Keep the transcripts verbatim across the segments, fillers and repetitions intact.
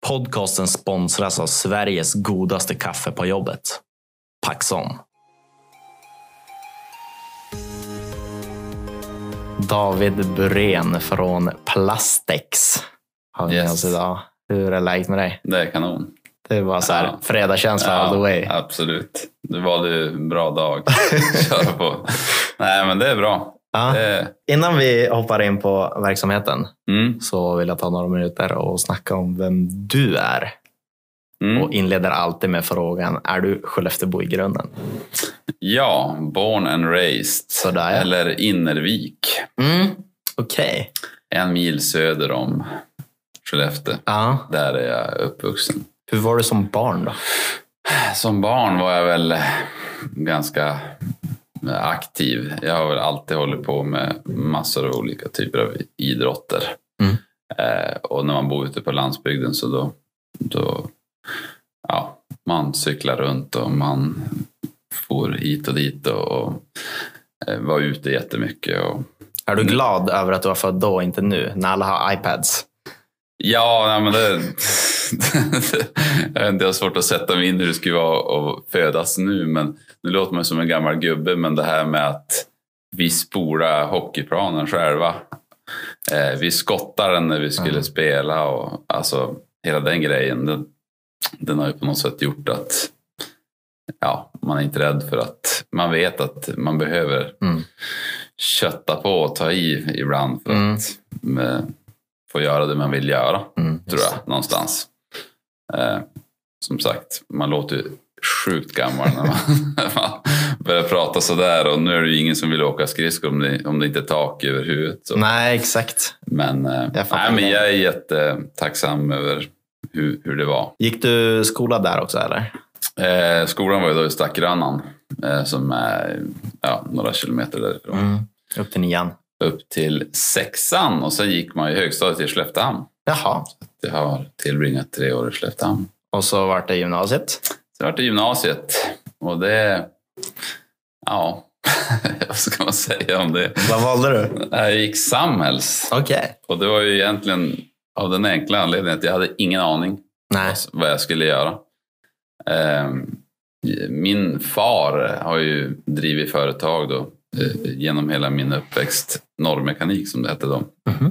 Podcasten sponsras av Sveriges godaste kaffe på jobbet. Paxson. David Burén från Plastex har vi med oss idag. Hur är läget med dig? Det är kanon. Det var så här ja. Fredagskänsla ja, all the way. Absolut. Du valde ju en bra dag att köra på. Nej, men det är bra. Ja. Det... Innan vi hoppar in på verksamheten mm. så vill jag ta några minuter och snacka om vem du är. Mm. Och inleder alltid med frågan, är du Skelleftebo i grunden? Ja, born and raised. Sådär, ja. Eller Innervik. Mm. Okej. Okay. En mil söder om Skellefteå. Ja. Där är jag uppvuxen. Hur var du som barn då? Som barn var jag väl ganska aktiv. Jag har väl alltid hållit på med massor av olika typer av idrotter. Mm. Eh, och när man bor ute på landsbygden så då, då ja, man cyklar runt och man får hit och dit och, och eh, var ute jättemycket. Och, är du glad över att du var född då och inte nu, när alla har iPads? Ja, nej, men det, det, det är svårt att sätta mig in hur det skulle vara att födas nu, men nu låter man som en gammal gubbe, men det här med att vi spolar hockeyplanen själva, eh, vi skottar den när vi skulle mm. spela och alltså hela den grejen, den, den har ju på något sätt gjort att ja, man är inte rädd för att man vet att man behöver mm. kötta på och ta i ibland för mm. att med, få göra det man vill göra, mm. tror jag, någonstans. Eh, som sagt, man låter ju sjukt gammal när man, man börjar prata sådär, och nu är det ju ingen som vill åka skridskor om det, om det inte är tak över huvudet. Så. Nej, exakt. Men, eh, jag, nej, men jag är jättetacksam över hur, hur det var. Gick du skola där också, eller? Eh, skolan var ju då i Stackgrannan, eh, som är ja, några kilometer därifrån. Mm. Upp till nian. Upp till sexan, och sen gick man i högstadiet till Skelleftehamn. Jaha. Så jag har tillbringat tre år i Skelleftehamn. Och så var det gymnasiet? Så var det gymnasiet. Och det... Ja, vad ska man säga om det? Vad valde du? Jag gick samhälls. Okej. Okay. Och det var ju egentligen av den enkla anledningen att jag hade ingen aning Nej. vad jag skulle göra. Min far har ju drivit företag då genom hela min uppväxt, Norrmekanik som det hette då. Mm-hmm.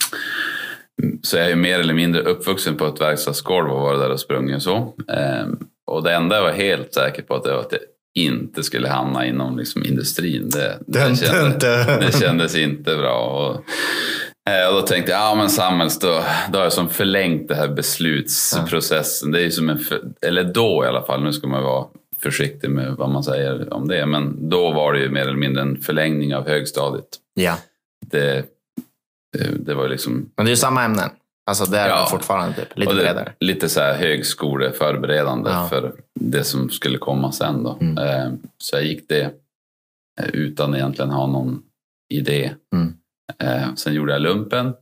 Så jag är ju mer eller mindre uppvuxen på ett verkstadsgolv och var där och sprungit och så. Och det enda jag var helt säker på att det var att jag inte skulle hamna inom liksom industrin. Det, det, kändes, det kändes inte bra. Och, och då tänkte jag, ja men samhälls, då, då har jag som förlängt det här beslutsprocessen. Det är ju som en, för, eller då i alla fall, nu ska man vara försiktig med vad man säger om det, men då var det ju mer eller mindre en förlängning av högstadiet. Ja. Det, det var liksom... Men det är ju samma ämnen. Alltså det är ja. fortfarande typ, lite det, bredare. Lite så här högskoleförberedande ja. för det som skulle komma sen då. Mm. Så jag gick det utan egentligen ha någon idé. Mm. Sen gjorde jag lumpen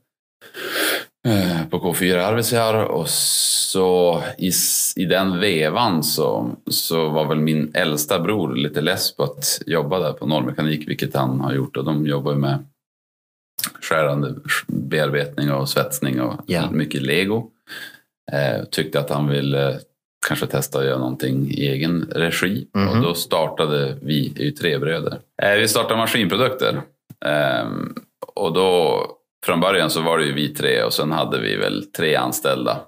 på K fyra Arvidsjaur, och så i, i den vevan så, så var väl min äldsta bror lite less på att jobba där på Norrmekanik, vilket han har gjort, och de jobbar med skärande bearbetning och svetsning och yeah. mycket Lego. Eh, tyckte att han ville eh, kanske testa att göra någonting i egen regi. Mm-hmm. Och då startade vi, är ju tre bröder. Eh, vi startade maskinprodukter. Eh, och då från början så var det ju vi tre, och sen hade vi väl tre anställda.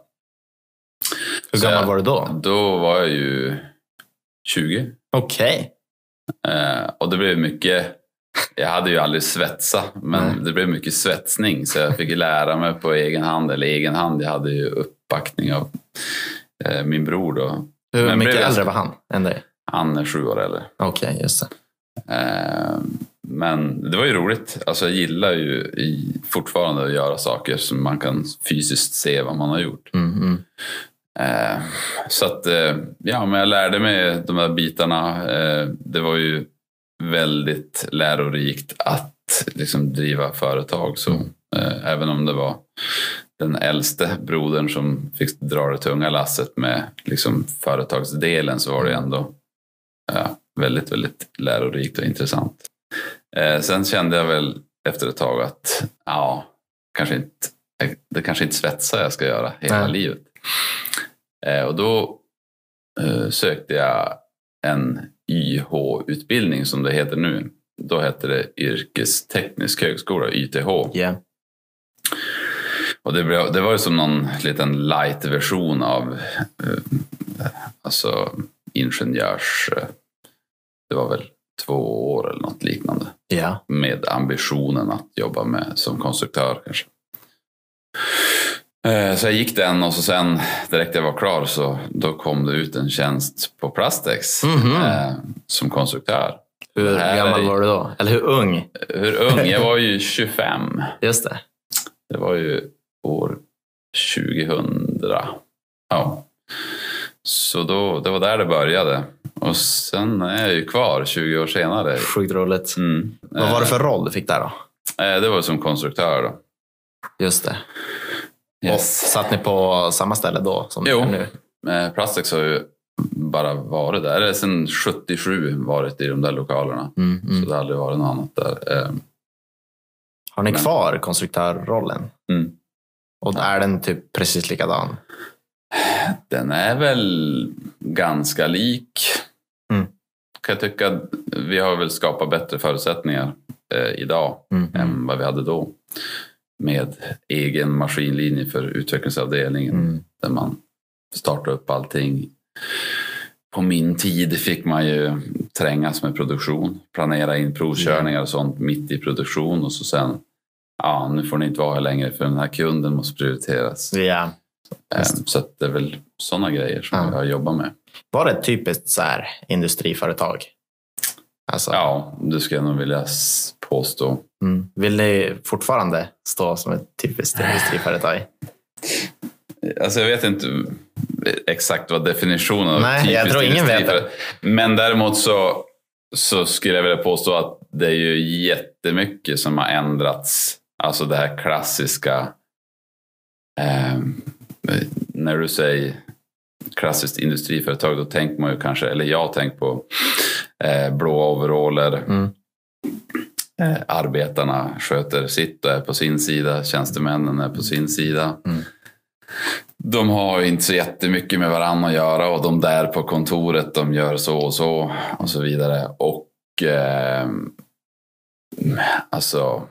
Hur så gammal jag, var du då? Då var jag ju tjugo. Okej. Okay. Eh, och det blev mycket... Jag hade ju aldrig svetsa, men Nej. det blev mycket svetsning, så jag fick lära mig på egen hand, eller egen hand. Jag hade ju uppbackning av eh, min bror då. Hur men mycket blev... äldre var han än dig? Han är sju år äldre. Okej, okay, just det. Eh, men det var ju roligt. Alltså jag gillar ju i, fortfarande att göra saker som man kan fysiskt se vad man har gjort. Mm, mm. Eh, så att, eh, ja, men jag lärde mig de här bitarna. Eh, det var ju väldigt lärorikt att liksom driva företag, så mm. eh, även om det var den äldste brodern som fick dra det tunga lasset med liksom företagsdelen, så var det ändå ja, väldigt, väldigt lärorikt och intressant. Eh, sen kände jag väl efter ett tag att ja, kanske inte, det kanske inte svetsa jag ska göra hela Nej. livet. Eh, och då eh, sökte jag en Y H-utbildning som det heter nu. Då heter det Yrkesteknisk högskola, Y T H. Yeah. Och det, blev, det var ju som någon liten light-version av eh, alltså ingenjörs... Eh, det var väl två år eller något liknande. Yeah. Med ambitionen att jobba med som konstruktör kanske. Eh, så jag gick den och så sen direkt jag var klar så då kom det ut en tjänst på Plastex mm-hmm. eh, som konstruktör. Hur gammal var du då? Eller hur ung? Hur ung? Jag var ju tjugofem. Just det. Det var ju år tjugohundra. Ja. Så då, det var där det började. Och sen är jag ju kvar tjugo år senare. Sjukt roligt. Mm. Vad var det för roll du fick där då? Det var som konstruktör då. Just det. Yes. Och satt ni på samma ställe då som jo. nu? Plastex har ju bara varit där. Eller sen sjuttiosju varit i de där lokalerna. Mm, mm. Så det har aldrig varit något annat där. Har ni kvar konstruktörrollen? Mm. Och är den typ precis likadan? Den är väl ganska lik. Mm. Kan jag tycka. Vi har väl skapat bättre förutsättningar eh, idag mm, än mm. vad vi hade då. Med egen maskinlinje för utvecklingsavdelningen. Mm. Där man startar upp allting. På min tid fick man ju trängas med produktion. Planera in provkörningar och sånt mitt i produktion. Och så sen, ja nu får ni inte vara här längre för den här kunden måste prioriteras. Ja. Um, så att det är väl sådana grejer som ja. jag jobbar med. Var det ett typiskt så här industriföretag? Alltså... Ja, det ska jag nog vilja påstå. Mm. Vill ni fortfarande stå som ett typiskt industriföretag? Alltså jag vet inte exakt vad definitionen av Nej, typiskt jag tror ingen vet det. Men däremot så, så skulle jag vilja påstå att det är ju jättemycket som har ändrats. Alltså det här klassiska eh, när du säger klassiskt industriföretag då tänker man ju kanske, eller jag tänker på eh, blå overaller. Mm. Eh, arbetarna sköter sitt och är på sin sida, tjänstemännen är på sin sida. Mm. De har inte så jättemycket med varandra att göra och de där på kontoret de gör så och så och så vidare. Och eh, alltså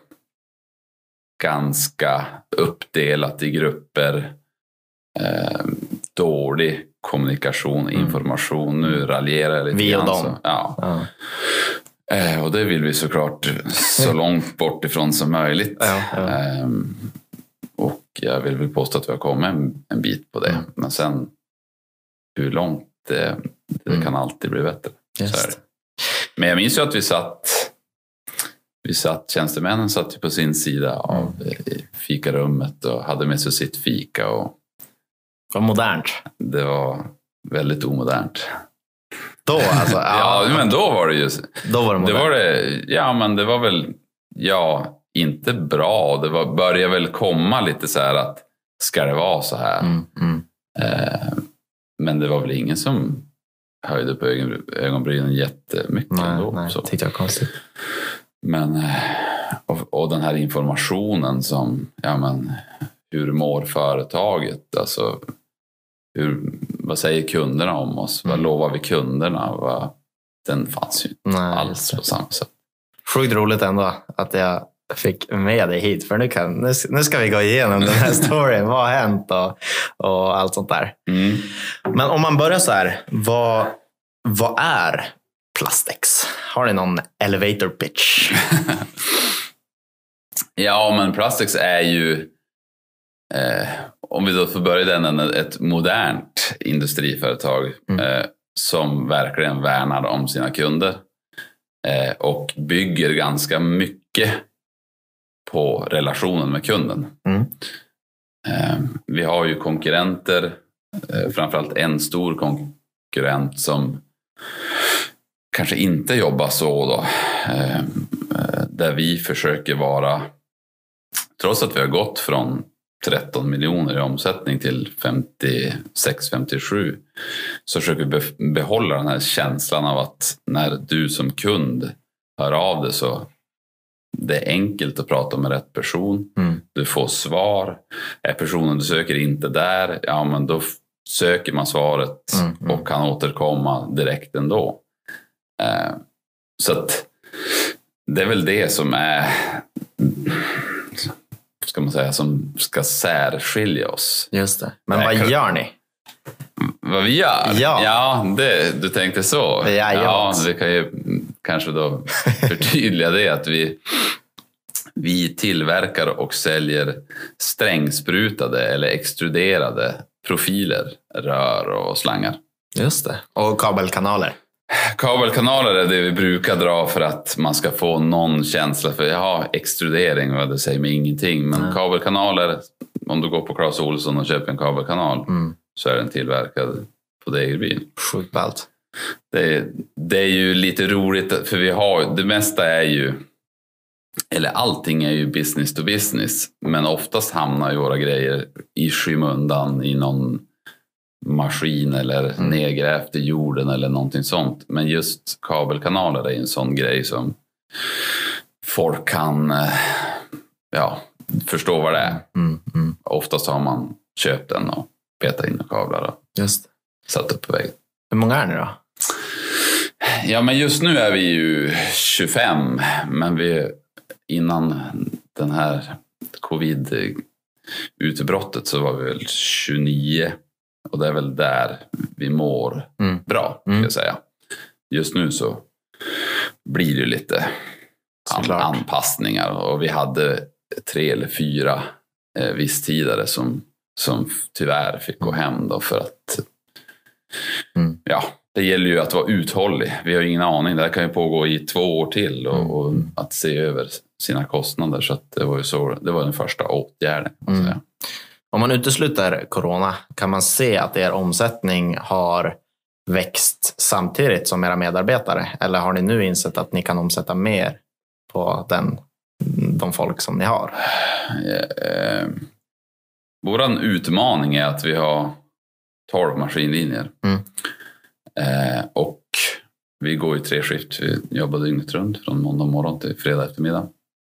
ganska uppdelat i grupper. Eh, dålig kommunikation, information. Mm. Nu raljerar jag lite vi och grann. dem. Så, ja. Ja. Eh, och det vill vi såklart så långt bort ifrån som möjligt. Ja, ja. Eh, och jag vill väl påstå att vi har kommit en, en bit på det. Mm. Men sen hur långt det, det mm. kan alltid bli bättre. Så är det. Men jag minns ju att vi satt vi satt, tjänstemännen satt ju på sin sida av mm. fikarummet och hade med sig sitt fika. Och vad modernt. Det var väldigt omodernt. Då alltså? Ja, ja men då var det ju då var det, det var det, ja men det var väl ja, inte bra. Det var, började väl komma lite så här att ska det vara så här? Mm, mm. Eh, men det var väl ingen som höjde på ögon, ögonbrynen jättemycket nej, ändå. Nej, så. tyckte jag konstigt. Men och, och den här informationen som ja men hur mår företaget? Alltså hur, vad säger kunderna om oss? Mm. Vad lovar vi kunderna? Vad, den fanns ju inte nej, alls på samma sätt. Sjukt roligt ändå att jag fick med dig hit. För nu, kan, nu, nu ska vi gå igenom den här storyn. Vad har hänt och, och allt sånt där. Mm. Men om man börjar så här. Vad, vad är Plastex? Har ni någon elevator pitch? Ja, men Plastex är ju eh, om vi då får börja den, ett modernt industriföretag mm. eh, som verkligen värnar om sina kunder eh, och bygger ganska mycket på relationen med kunden. Mm. Eh, vi har ju konkurrenter, eh, framförallt en stor konkurrent som kanske inte jobbar så då, eh, där vi försöker vara, trots att vi har gått från tretton miljoner i omsättning till femtiosex femtiosju, så försöker vi behålla den här känslan av att när du som kund hör av dig så det är enkelt att prata med rätt person. Mm. Du får svar. Är personen du söker inte där, ja men då söker man svaret mm, mm. och kan återkomma direkt ändå. Eh, så att det är väl det som är, ska man säga, som ska särskilja oss. Just det. Men vad gör ni? Vad vi gör? Ja, ja det, du tänkte så. Ja, ja, vi kan ju kanske då förtydliga det att vi, vi tillverkar och säljer strängsprutade eller extruderade profiler, rör och slangar. Just det. Och kabelkanaler. Kabelkanaler är det vi brukar dra för att man ska få någon känsla för, ja, extrudering, det säger mig ingenting. Men mm. kabelkanaler, om du går på Clas Ohlson och köper en kabelkanal mm. så är den tillverkad på Degerby. Sjukt ballt. Det, det är ju lite roligt för vi har, det mesta är ju, eller allting är ju business to business. Men oftast hamnar ju våra grejer i skymundan i någon maskin eller mm. nedgrävt i jorden eller någonting sånt. Men just kabelkanaler är en sån grej som folk kan ja, förstå vad det är. Mm, mm. Oftast har man köpt den och petat in kablar och just. satt upp på väggen. Hur många är ni då? Ja, men just nu är vi ju tjugofem, men vi, innan den här covid-utbrottet så var vi väl tjugonio. Och det är väl där vi mår mm. bra, ska jag säga. Just nu så blir det lite an- anpassningar. Och vi hade tre eller fyra eh, visstidare som, som tyvärr fick gå hem då för att mm. ja, det gäller ju att vara uthållig. Vi har ingen aning, det här kan ju pågå i två år till och, mm. och att se över sina kostnader. Så att det var ju så, det var den första åtgärden, kan man säga. Mm. Om man utesluter corona, kan man se att er omsättning har växt samtidigt som era medarbetare? Eller har ni nu insett att ni kan omsätta mer på den, de folk som ni har? Eh, våran utmaning är att vi har tolv maskinlinjer. Mm. Eh, och vi går i tre skift. Vi jobbar dygnet runt från måndag morgon till fredag eftermiddag.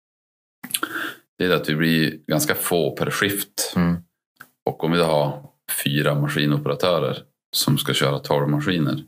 Det är att vi blir ganska få per skift. Mm. Och om vi då har fyra maskinoperatörer som ska köra tolv maskiner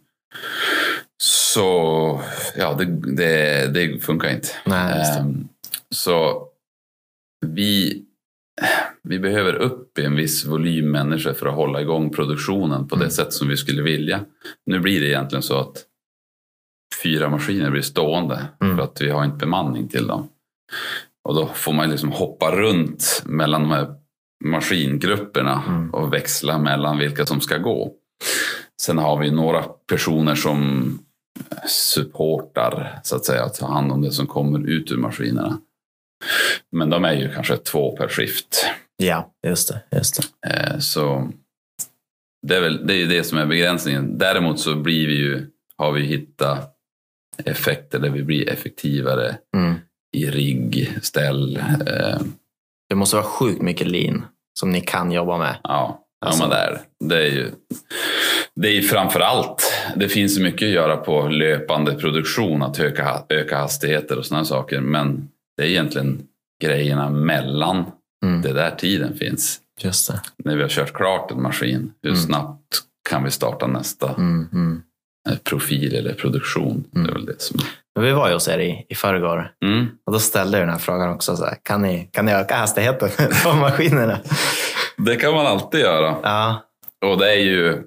så ja, det, det, det funkar inte. Nej, um, så vi, vi behöver upp i en viss volym människor för att hålla igång produktionen på det mm. sätt som vi skulle vilja. Nu blir det egentligen så att fyra maskiner blir stående mm. för att vi har inte bemanning till dem. Och då får man liksom hoppa runt mellan de här maskingrupperna mm. och växla mellan vilka som ska gå. Sen har vi några personer som supportar, så att säga, att ta hand om det som kommer ut ur maskinerna. Men de är ju kanske två per skift. Ja, just det. Just det. Så det är väl det är ju det som är begränsningen. Däremot så blir vi ju, har vi hittat effekter där vi blir effektivare mm. i rigg, ställ. Det måste vara sjukt mycket lean som ni kan jobba med. Ja, alltså. Ja, men där. Det är ju det är ju framförallt, det finns så mycket att göra på löpande produktion, att öka, öka hastigheter och sådana saker, men det är egentligen grejerna mellan mm. det där tiden finns. Just det. När vi har kört klart en maskin, hur mm. snabbt kan vi starta nästa mm. Mm. profil eller produktion? Mm. Det är väl det som... Vi var ju hos er i, i förrgår mm. och då ställde jag den här frågan också. Så här, kan, ni, kan ni öka hastigheten på maskinerna? Det kan man alltid göra. Ja. Och det är ju...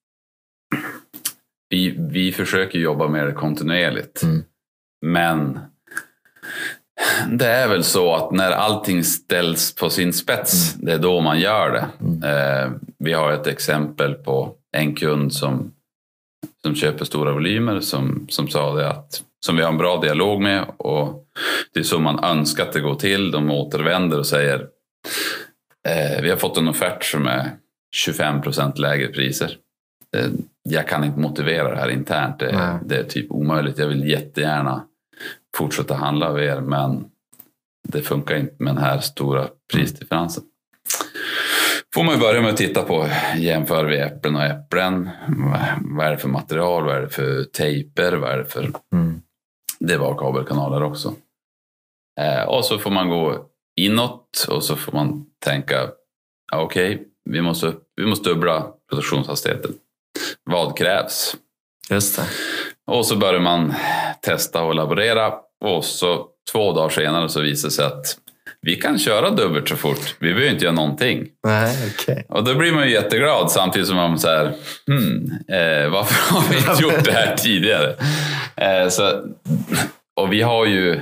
Vi, vi försöker jobba med det kontinuerligt. Mm. Men det är väl så att när allting ställs på sin spets, mm. det är då man gör det. Mm. Eh, vi har ett exempel på en kund som, som köper stora volymer som, som sa det att som vi har en bra dialog med, och det är så man önskar att det går till. De återvänder och säger eh, vi har fått en offert som är tjugofem procent lägre priser. Eh, jag kan inte motivera det här internt. Det, är, det är typ omöjligt. Jag vill jättegärna fortsätta handla av er, men det funkar inte med den här stora prisdifferensen. Får man börja med att titta på, jämför vi äpplen och äpplen. Vad är det för material? Vad är det för tejper? Vad är det för... Mm. Det var kabelkanaler också. Eh, och så får man gå inåt och så får man tänka, okej, okay, vi måste, vi måste dubbla produktionshastigheten. Vad krävs? Just det. Och så börjar man testa och laborera. Och så två dagar senare så visar det sig att vi kan köra dubbelt så fort. Vi behöver inte göra någonting. Nej, okay. Och då blir man ju jätteglad samtidigt som man så här, hmm, eh, varför har vi inte gjort det här tidigare? Eh, så, och vi har ju,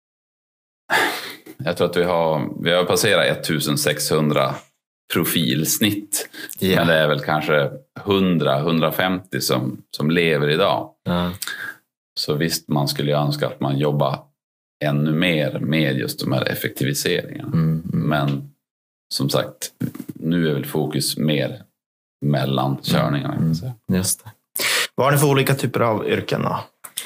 jag tror att vi har, vi har passerat sextonhundra profilsnitt. Yeah. Men det är väl kanske hundra till hundrafemtio som, som lever idag. Mm. Så visst, man skulle ju önska att man jobbar ännu mer med just de här effektiviseringarna. Mm, mm. Men som sagt, nu är väl fokus mer mellan körningarna. Mm, mm. Just det. Vad har ni för olika typer av yrken då?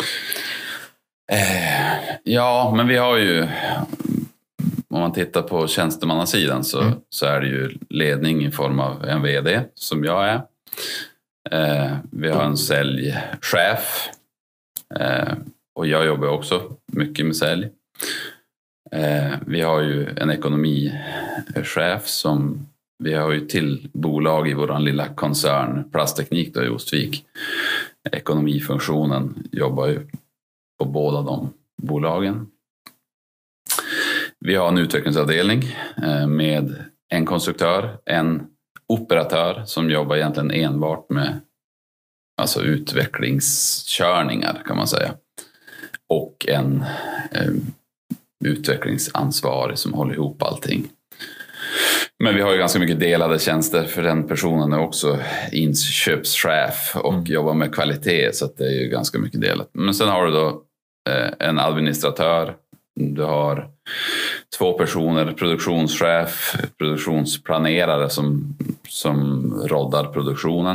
Eh, ja, men vi har ju, om man tittar på tjänstemannasidan så, mm. så är det ju ledning i form av en vd som jag är. Eh, vi har en säljchef. Eh, och jag jobbar också mycket med sälj. Eh, vi har ju en ekonomichef som vi har ju till bolag i våran lilla koncern Plastteknik då i Ostvik. Ekonomifunktionen jobbar ju på båda de bolagen. Vi har en utvecklingsavdelning eh, med en konstruktör, en operatör som jobbar egentligen enbart med alltså utvecklingskörningar kan man säga. Och en eh, utvecklingsansvarig som håller ihop allting. Men vi har ju ganska mycket delade tjänster för den personen är också inköpschef och mm. jobbar med kvalitet så att det är ju ganska mycket delat. Men sen har du då eh, en administratör, du har två personer, produktionschef, produktionsplanerare som, som roddar produktionen.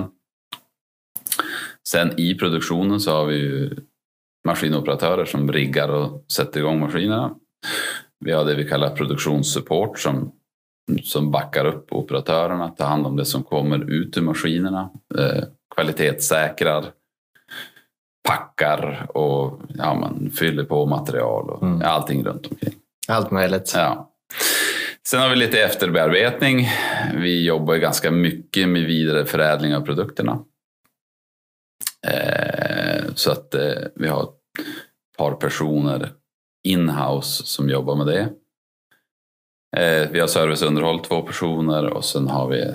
Sen i produktionen så har vi ju maskinoperatörer som riggar och sätter igång maskinerna. Vi har det vi kallar produktionssupport som, som backar upp operatörerna, tar hand om det som kommer ut ur maskinerna, eh, kvalitetssäkrar, packar och ja, man fyller på material och mm. allting runt omkring. Allt möjligt. Ja. Sen har vi lite efterbearbetning. Vi jobbar ganska mycket med vidareförädling av produkterna. Eh, så att eh, vi har ett par personer in-house som jobbar med det. Eh, vi har serviceunderhåll, två personer och sen har vi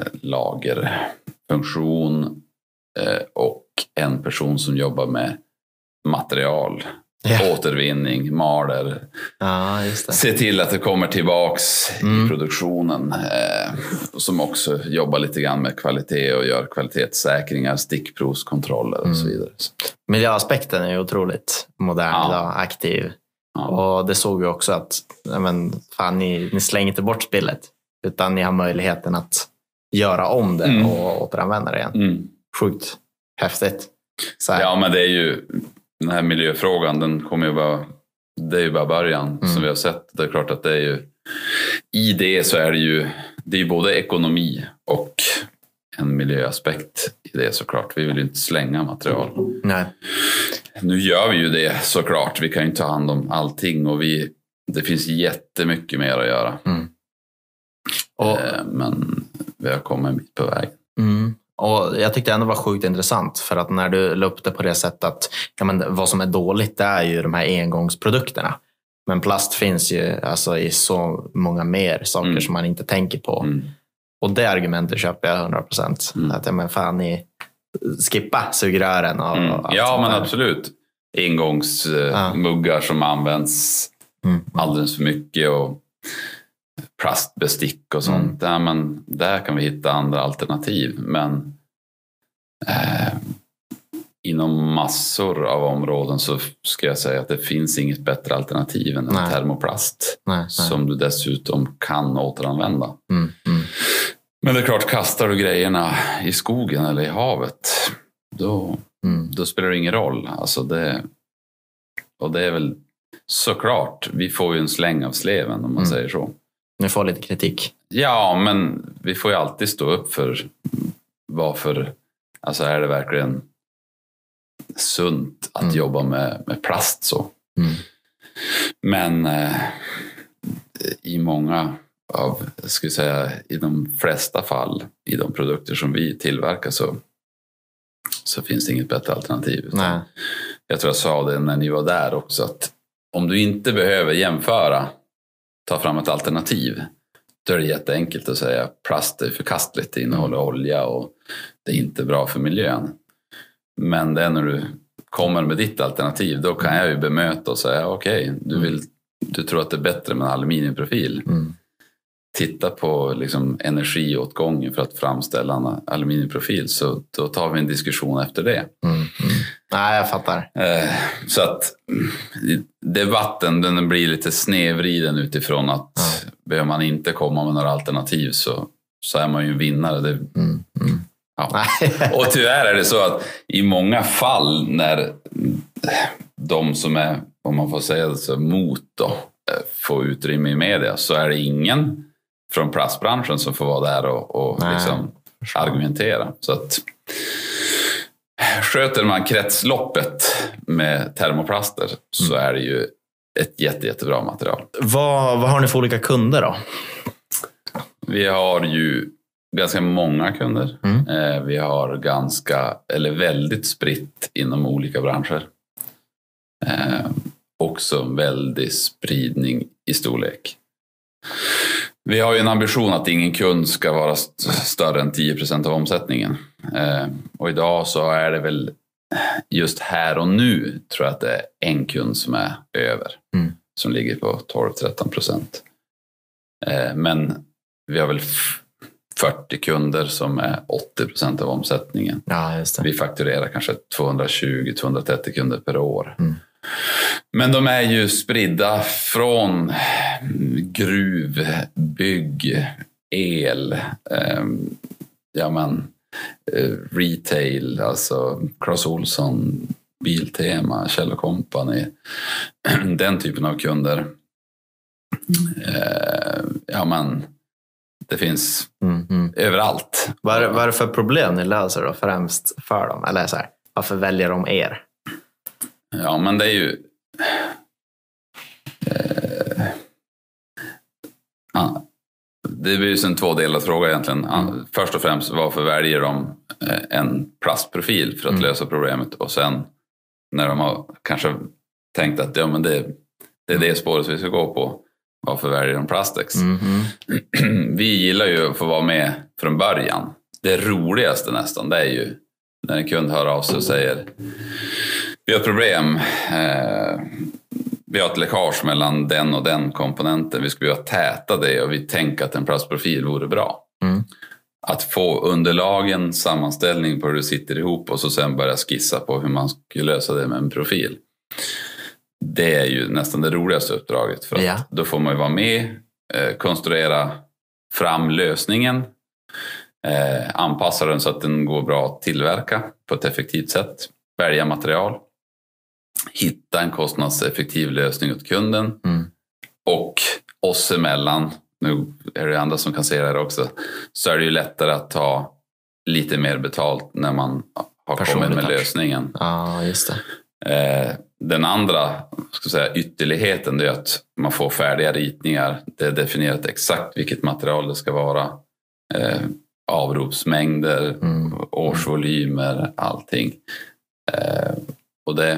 lagerfunktion eh, och en person som jobbar med material. Yeah. Återvinning, maler. Ja, just det. Se till att det kommer tillbaks mm. i produktionen. Eh, som också jobbar lite grann med kvalitet och gör kvalitetssäkringar, stickprovskontroller och mm. så vidare. Miljöaspekten är ju otroligt modern och ja. aktiv. Ja. Och det såg vi också att men, fan, ni, ni slänger inte bort spillet. Utan ni har möjligheten att göra om det mm. och återanvända det igen. Mm. Sjukt häftigt. Så här. Ja, men det är ju... Den här miljöfrågan, den kommer ju bara, det är ju bara början mm. som vi har sett. Det är klart att det är ju, i det så är det ju, det är både ekonomi och en miljöaspekt i det såklart. Vi vill ju inte slänga material. Nej. Nu gör vi ju det såklart. Vi kan ju inte ta hand om allting och vi, det finns jättemycket mer att göra. Mm. Och, Men vi har kommit en bit på vägen. Mm. Och jag tyckte det ändå var sjukt intressant för att när du la upp det på det sättet att ja, men vad som är dåligt det är ju de här engångsprodukterna. Men plast finns ju alltså i så många mer saker mm. som man inte tänker på. Mm. Och det argumentet köper jag hundra procent. Mm. Att ja, men fan ni skippa sugrören och, mm. och allt ja, men där. Absolut. Engångsmuggar ja. som används mm. alldeles för mycket och plastbestick och sånt. Mm. Där, men där kan vi hitta andra alternativ. Men eh, inom massor av områden så ska jag säga att det finns inget bättre alternativ än en termoplast. Nej, nej. Som du dessutom kan återanvända. Mm, mm. Men det är klart, kastar du grejerna i skogen eller i havet då, mm. då spelar det ingen roll. Alltså det, och det är väl såklart, vi får ju en släng av sleven om man mm. säger så. Ni får lite kritik. Ja, men vi får ju alltid stå upp för varför, alltså är det verkligen sunt att mm. jobba med, med plast så. Mm. Men eh, i många av, jag skulle säga, i de flesta fall i de produkter som vi tillverkar så, så finns det inget bättre alternativ. Nej. Jag tror jag sa det när ni var där också, att om du inte behöver jämföra, ta fram ett alternativ, då är det jätteenkelt att säga plast är förkastligt, det innehåller mm. olja och det är inte bra för miljön. Men det är när du kommer med ditt alternativ, då kan jag ju bemöta och säga okej, okay, du, vill, du tror att det är bättre med en aluminiumprofil. Mm. Titta på liksom energiåtgången för att framställa en aluminiumprofil, så då tar vi en diskussion efter det. Mm. Mm. Nej, jag fattar. Eh, så att debatten, den blir lite snedvriden utifrån att mm. behöver man inte komma med några alternativ så, så är man ju en vinnare. Det, mm. Mm. Ja. Och tyvärr är det så att i många fall när de som är, om man får säga det så, mot då, får utrymme i media, så är det ingen från plastbranschen som får vara där och, och liksom argumentera. Så att sköter man kretsloppet med termoplaster mm. så är det ju ett jätte, jättebra material. Vad, vad har ni för olika kunder då? Vi har ju ganska många kunder. Mm. Eh, vi har ganska, eller väldigt spritt inom olika branscher. Eh, också väldigt spridning i storlek. Vi har ju en ambition att ingen kund ska vara st- större än tio procent av omsättningen. Eh, och idag så är det väl just här och nu tror jag att det är en kund som är över. Mm. Som ligger på tolv till tretton procent. Eh, men vi har väl f- fyrtio kunder som är åttio procent av omsättningen. Ja, just det. Vi fakturerar kanske tvåhundratjugo till tvåhundratrettio kunder per år. Mm. Men de är ju spridda från gruv, bygg, el, eh, ja men, eh, retail, alltså Clas Ohlson, Biltema, Kjell och Company, den typen av kunder. Eh, ja men, det finns mm, mm. överallt. Vad är, vad är det för problem ni löser då främst för dem? Eller så här, varför väljer de er? Ja, men det är ju eh, ah, det blir ju en tvådelad fråga egentligen. Mm. Först och främst, varför väljer de en plastprofil för att mm. lösa problemet? Och sen när de har kanske tänkt att ja, men det, det är det spåret vi ska gå på, varför väljer de Plastex? Mm. Vi gillar ju att få vara med från början. Det roligaste nästan, det är ju när en kund hör av sig och säger vi har problem, eh, vi har ett läckage mellan den och den komponenten, vi skulle vilja täta det och vi tänker att en plastprofil vore bra. Mm. Att få underlagen, sammanställning på hur det sitter ihop och så sen börja skissa på hur man skulle lösa det med en profil. Det är ju nästan det roligaste uppdraget, för att ja. Då får man ju vara med, eh, konstruera fram lösningen, eh, anpassa den så att den går bra att tillverka på ett effektivt sätt, välja material, hitta en kostnadseffektiv lösning åt kunden mm. och oss emellan, nu är det andra som kan se det här också, så är det ju lättare att ta lite mer betalt när man har Personligt kommit med tack. lösningen. Ja, just det. Eh, den andra ska säga, ytterligheten, det är att man får färdiga ritningar, det är definierat exakt vilket material det ska vara, eh, avropsmängder, mm. årsvolymer, allting. Eh, och det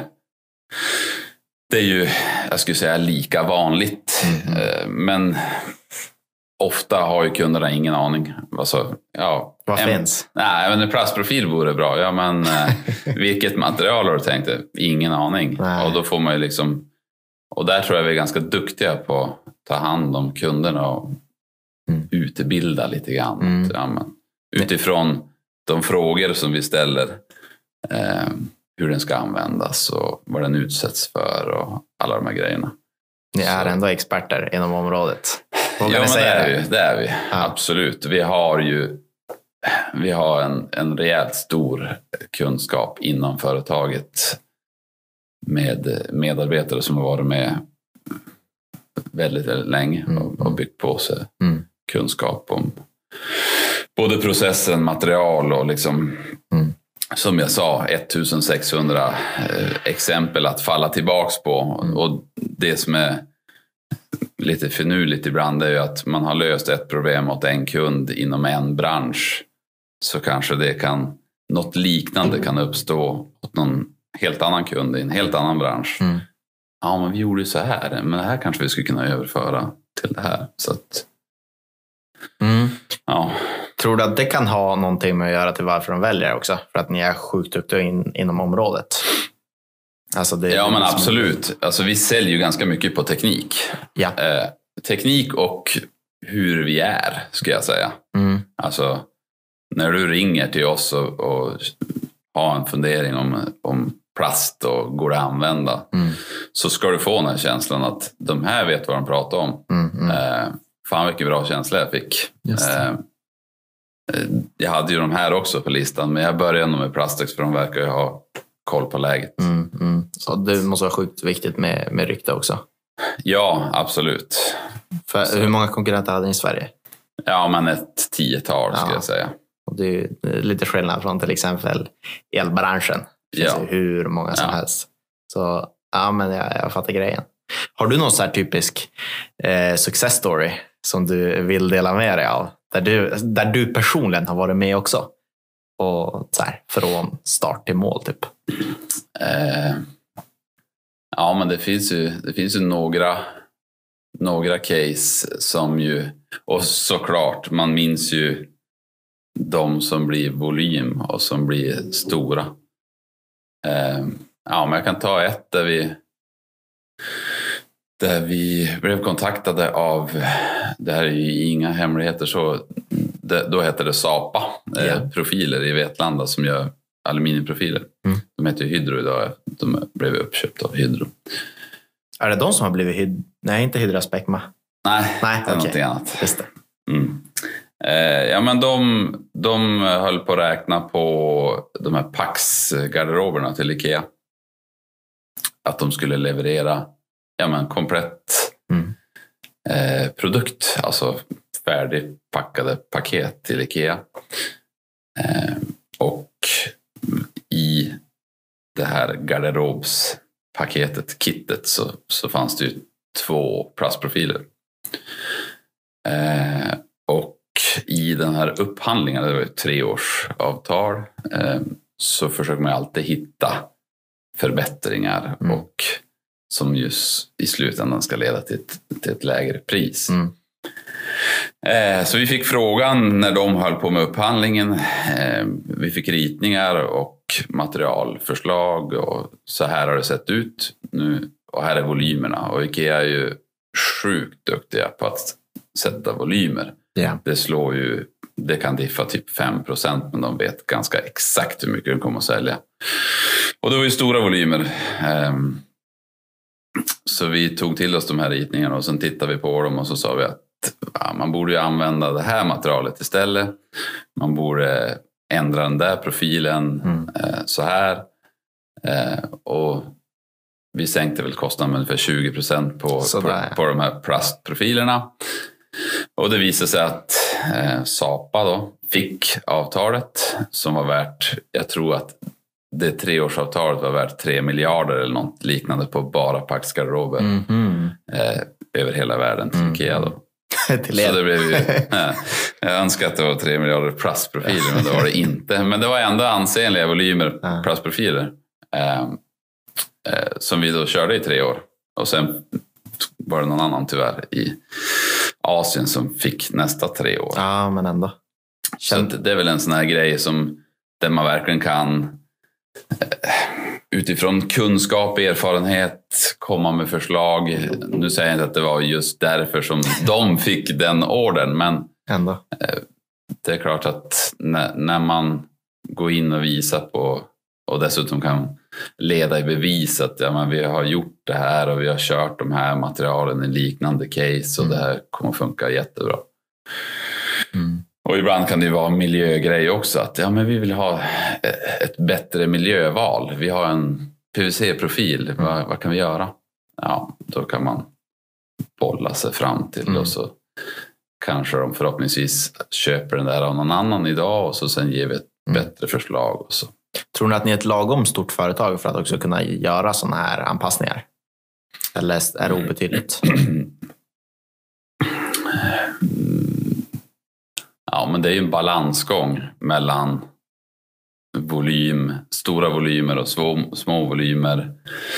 Det är ju, jag skulle säga, lika vanligt. Mm. Men ofta har ju kunderna ingen aning. Alltså, ja, Vad en, finns? Nej, men en plastprofil vore bra. Ja, men vilket material har du tänkt? Ingen aning. Nej. Och då får man ju liksom, och där tror jag vi är ganska duktiga på att ta hand om kunderna och mm. utbilda lite grann. Mm. Ja, men, utifrån de frågor som vi ställer. Eh, hur den ska användas och vad den utsätts för och alla de här grejerna. Ni är så. Ändå experter inom området. Ja, men det är vi. Det är vi. Ja. Absolut. Vi har ju vi har en, en rejält stor kunskap inom företaget med medarbetare som har varit med väldigt, väldigt länge mm. och, och byggt på sig mm. kunskap om både processen, material och liksom mm. som jag sa, ettusensexhundra eh, exempel att falla tillbaks på. Mm. Och det som är lite finurligt ibland är ju att man har löst ett problem åt en kund inom en bransch, så kanske det kan, något liknande kan uppstå åt någon helt annan kund i en helt annan bransch. Mm. Ja, men vi gjorde ju så här, men det här kanske vi skulle kunna överföra till det här. Så att, mm. ja. Tror du att det kan ha någonting med att göra till varför de väljer också? För att ni är sjukt duktiga in, inom området. Alltså det ja, men liksom... absolut. Alltså, vi säljer ju ganska mycket på teknik. Ja. Eh, teknik och hur vi är, ska jag säga. Mm. Alltså, när du ringer till oss och, och har en fundering om, om plast och går att använda, mm. så ska du få den här känslan att de här vet vad de pratar om. Mm, mm. Eh, fan vilken bra känsla jag fick. Eh, jag hade ju de här också på listan, men jag började ändå med Plastex för de verkar ju ha koll på läget. Mm, mm. Så det måste vara sjukt viktigt med, med rykte också. Ja, absolut. För så. Hur många konkurrenter hade ni i Sverige? Ja, men ett tiotal ja. Ska jag säga. Och det är ju lite skillnad från till exempel elbranschen. Det finns ja. hur många som ja. helst. Så ja, men jag, jag fattar grejen. Har du någon så här typisk eh, success story som du vill dela med dig av? Där du, där du personligen har varit med också? Och så här, från start till mål typ. Eh, ja, men det finns ju, det finns ju några, några case som ju, och såklart man minns ju de som blir volym och som blir stora. Eh, ja, men jag kan ta ett där vi där vi blev kontaktade av, det här är ju inga hemligheter, så det, då heter det Sapa, yeah. profiler i Vetlanda som gör aluminiumprofiler. Mm. De heter ju Hydro idag, de blev uppköpta av Hydro. Är det de som har blivit Hydro? Nej, inte Hydro Aspekma. Nej, Nej, det är okay. någonting annat. Just det. Mm. Eh, ja, men de, de höll på att räkna på de här Pax-garderoberna till Ikea. Att de skulle leverera ja, men komplett mm. eh, produkt, alltså färdigpackade paket till Ikea. Eh, och i det här garderobspaketet, kittet, så, så fanns det ju två plastprofiler. Eh, och i den här upphandlingen, det var ett treårsavtal, eh, så försöker man alltid hitta förbättringar mm. och som just i slutändan ska leda till ett, till ett lägre pris. Mm. Eh, så vi fick frågan när de höll på med upphandlingen. Eh, vi fick ritningar och materialförslag och så här har det sett ut nu och här är volymerna. Och Ikea är ju sjukt duktiga på att sätta volymer. Yeah. Det slår ju, det kan diffa typ fem procent, men de vet ganska exakt hur mycket de kommer att sälja. Och det var ju stora volymer. Eh, Så vi tog till oss de här ritningarna och sen tittade vi på dem och så sa vi att ja, man borde ju använda det här materialet istället. Man borde ändra den där profilen mm. eh, så här. Eh, och vi sänkte väl kostnaden med ungefär tjugo procent på, på, på de här plastprofilerna. Och det visade sig att eh, Sapa då fick avtalet som var värt, jag tror att det treårsavtalet var värt tre miljarder eller något liknande på bara Pax-garderober mm-hmm. eh, över hela världen till mm. Ikea då. till så det blev ju, ja, jag önskar att det var tre miljarder plastprofiler, men det var det inte. Men det var ändå ansenliga volymer mm. plastprofiler eh, eh, som vi då körde i tre år. Och sen var det någon annan tyvärr i Asien som fick nästa tre år. Ja, men ändå. Så det är väl en sån här grej som där man verkligen kan utifrån kunskap och erfarenhet komma med förslag. Nu säger jag inte att det var just därför som de fick den orden, men ändå. Det är klart att när, när man går in och visar på och dessutom kan leda i bevis att ja, men vi har gjort det här och vi har kört de här materialen i liknande case och mm. det här kommer att funka jättebra. Mm. Och ibland kan det ju vara en miljögrej också. Att ja, men vi vill ha ett bättre miljöval. Vi har en P V C-profil. Mm. Vad, vad kan vi göra? Ja, då kan man bolla sig fram till mm. och så kanske de förhoppningsvis köper den där av någon annan idag och så sen ger vi ett mm. bättre förslag. Och så. Tror ni att ni är ett lagom stort företag för att också kunna göra sådana här anpassningar? Eller är det obetydligt? Ja, men det är ju en balansgång mellan volym, stora volymer och små, små volymer.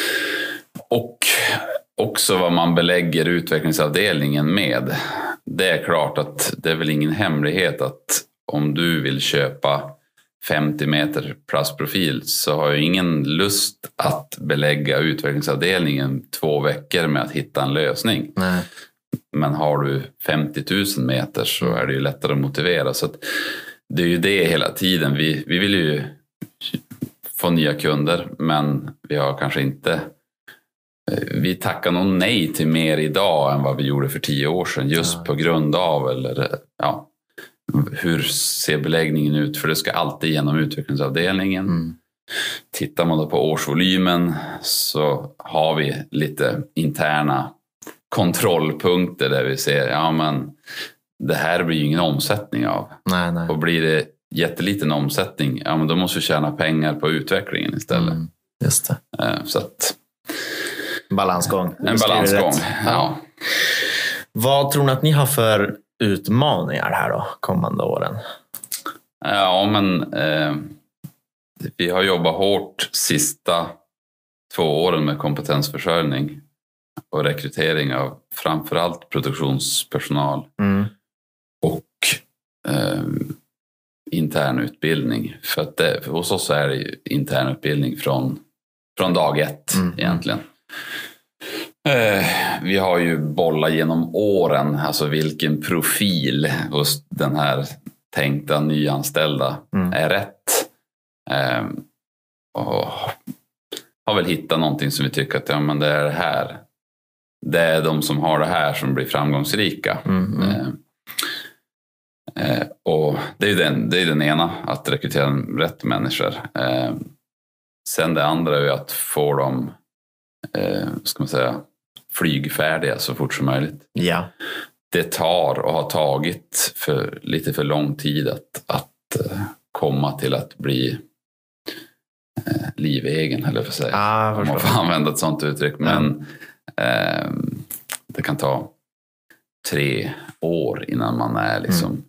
Och också vad man belägger utvecklingsavdelningen med. Det är klart att det är väl ingen hemlighet att om du vill köpa femtio meter plastprofil så har jag ingen lust att belägga utvecklingsavdelningen två veckor med att hitta en lösning. Nej. Men har du femtio tusen meter så är det ju lättare att motivera. Så att det är ju det hela tiden. Vi, vi vill ju få nya kunder, men vi har kanske inte... Vi tackar nog nej till mer idag än vad vi gjorde för tio år sedan. Just ja. På grund av, eller ja, hur ser beläggningen ut? För det ska alltid genom utvecklingsavdelningen. Mm. Tittar man då på årsvolymen så har vi lite interna kontrollpunkter där vi ser, ja men det här blir ju ingen omsättning av. Nej, nej. Och blir det jätteliten omsättning, ja men då måste vi tjäna pengar på utvecklingen istället. Mm, just det. Så att balansgång. En balansgång, ja. Vad tror ni att ni har för utmaningar här då, kommande åren? Ja, men eh, vi har jobbat hårt sista två åren med kompetensförsörjning och rekrytering av framförallt produktionspersonal mm. och eh, intern utbildning. För att det, för hos oss är det intern utbildning från, från dag ett mm. egentligen. Eh, vi har ju bollat genom åren, alltså vilken profil hos den här tänkta nyanställda mm. är rätt. Eh, och har väl hittat någonting som vi tycker att ja, men det är det här. Det är de som har det här som blir framgångsrika. Mm, mm. Eh, eh, och det är ju den, det är den ena, att rekrytera rätt människor. Eh, sen det andra är ju att få dem eh, ska man säga, flygfärdiga så fort som möjligt. Ja. Det tar och har tagit för, lite för lång tid att, att uh, komma till att bli uh, livegen, eller för att säga. Ah, om man får använda ett sånt uttryck. Men uh, det kan ta tre år innan man är liksom mm.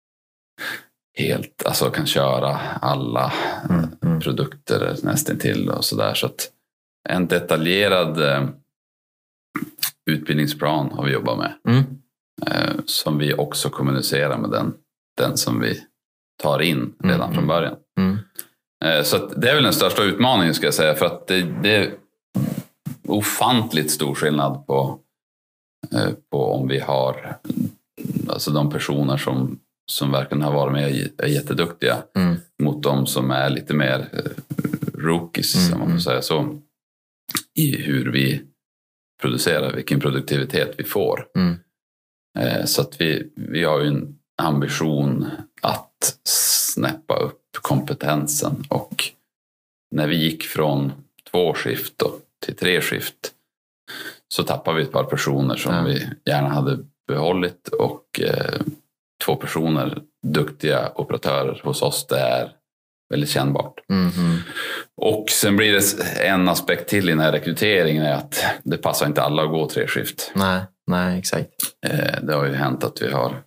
helt, alltså kan köra alla mm. Mm. produkter nästan till och sådär. Så att en detaljerad uh, utbildningsplan har vi jobbat med. Mm. Eh, som vi också kommunicerar med den, den som vi tar in redan mm. från början. Mm. Eh, så att det är väl den största utmaningen, ska jag säga. För att det, det är ofantligt stor skillnad på, eh, på om vi har alltså de personer som, som verkligen har varit med är jätteduktiga mm. mot de som är lite mer eh, rookies, mm. om man får säga så, i hur vi producerar, vilken produktivitet vi får. Mm. Eh, så att vi, vi har ju en ambition att snäppa upp kompetensen, och när vi gick från två skift då, till tre skift så tappade vi ett par personer som mm. vi gärna hade behållit, och eh, två personer, duktiga operatörer hos oss, det är väldigt kännbart. Mm-hmm. Och sen blir det en aspekt till i den här rekryteringen, är att det passar inte alla att gå tre skift. Nej, nej, exakt. Eh, det har ju hänt att vi har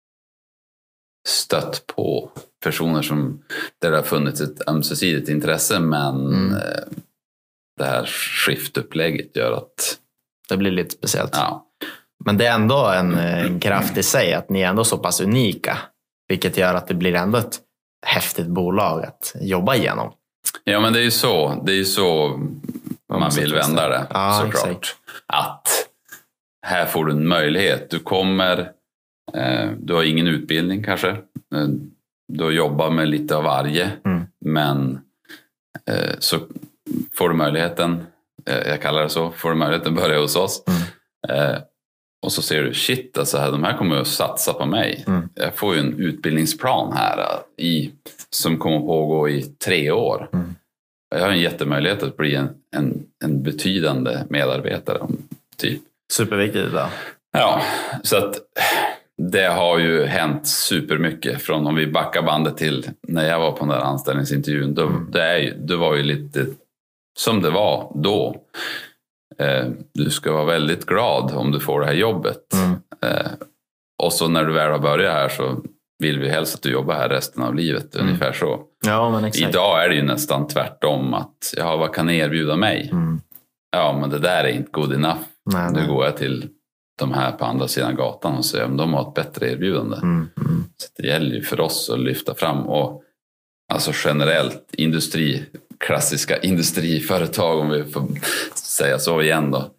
stött på personer som där det har funnits ett ömsesidigt intresse, men mm. eh, det här skiftupplägget gör att det blir lite speciellt. Ja. Men det är ändå en, en kraft i sig att ni är ändå så pass unika, vilket gör att det blir ändå ett häftigt bolag att jobba igenom. Ja, men det är ju så. Det är ju så man, man vill vända det, ja, såklart. Exakt. Att här får du en möjlighet. Du kommer, eh, du har ingen utbildning kanske. Du har jobbat med lite av varje. Mm. Men eh, så får du möjligheten, eh, jag kallar det så, får du möjligheten att börja hos oss. Mm. Eh, och så ser du, shit, alltså, de här kommer att satsa på mig. Mm. Jag får ju en utbildningsplan här i, som kommer att pågå i tre år. Mm. Jag har en jättemöjlighet att bli en, en, en betydande medarbetare. Typ. Superviktigt då. Ja, så att det har ju hänt supermycket från, om vi backar bandet till när jag var på den där anställningsintervjun. Då, mm. det, är ju, det var ju lite som det var då. Eh, du ska vara väldigt glad om du får det här jobbet. Mm. Eh, och så när du väl har börjat här så vill vi helst att du jobbar här resten av livet. Mm. Ungefär så. Ja, men exakt. Idag är det ju nästan tvärtom. Att, ja, vad kan ni erbjuda mig? Mm. Ja, men det där är inte good enough. Nej, nu nej. går jag till de här på andra sidan gatan och säger om de har ett bättre erbjudande. Mm. Mm. Så det gäller ju för oss att lyfta fram. Och alltså generellt industri, klassiska industriföretag, om vi får säga så igen då,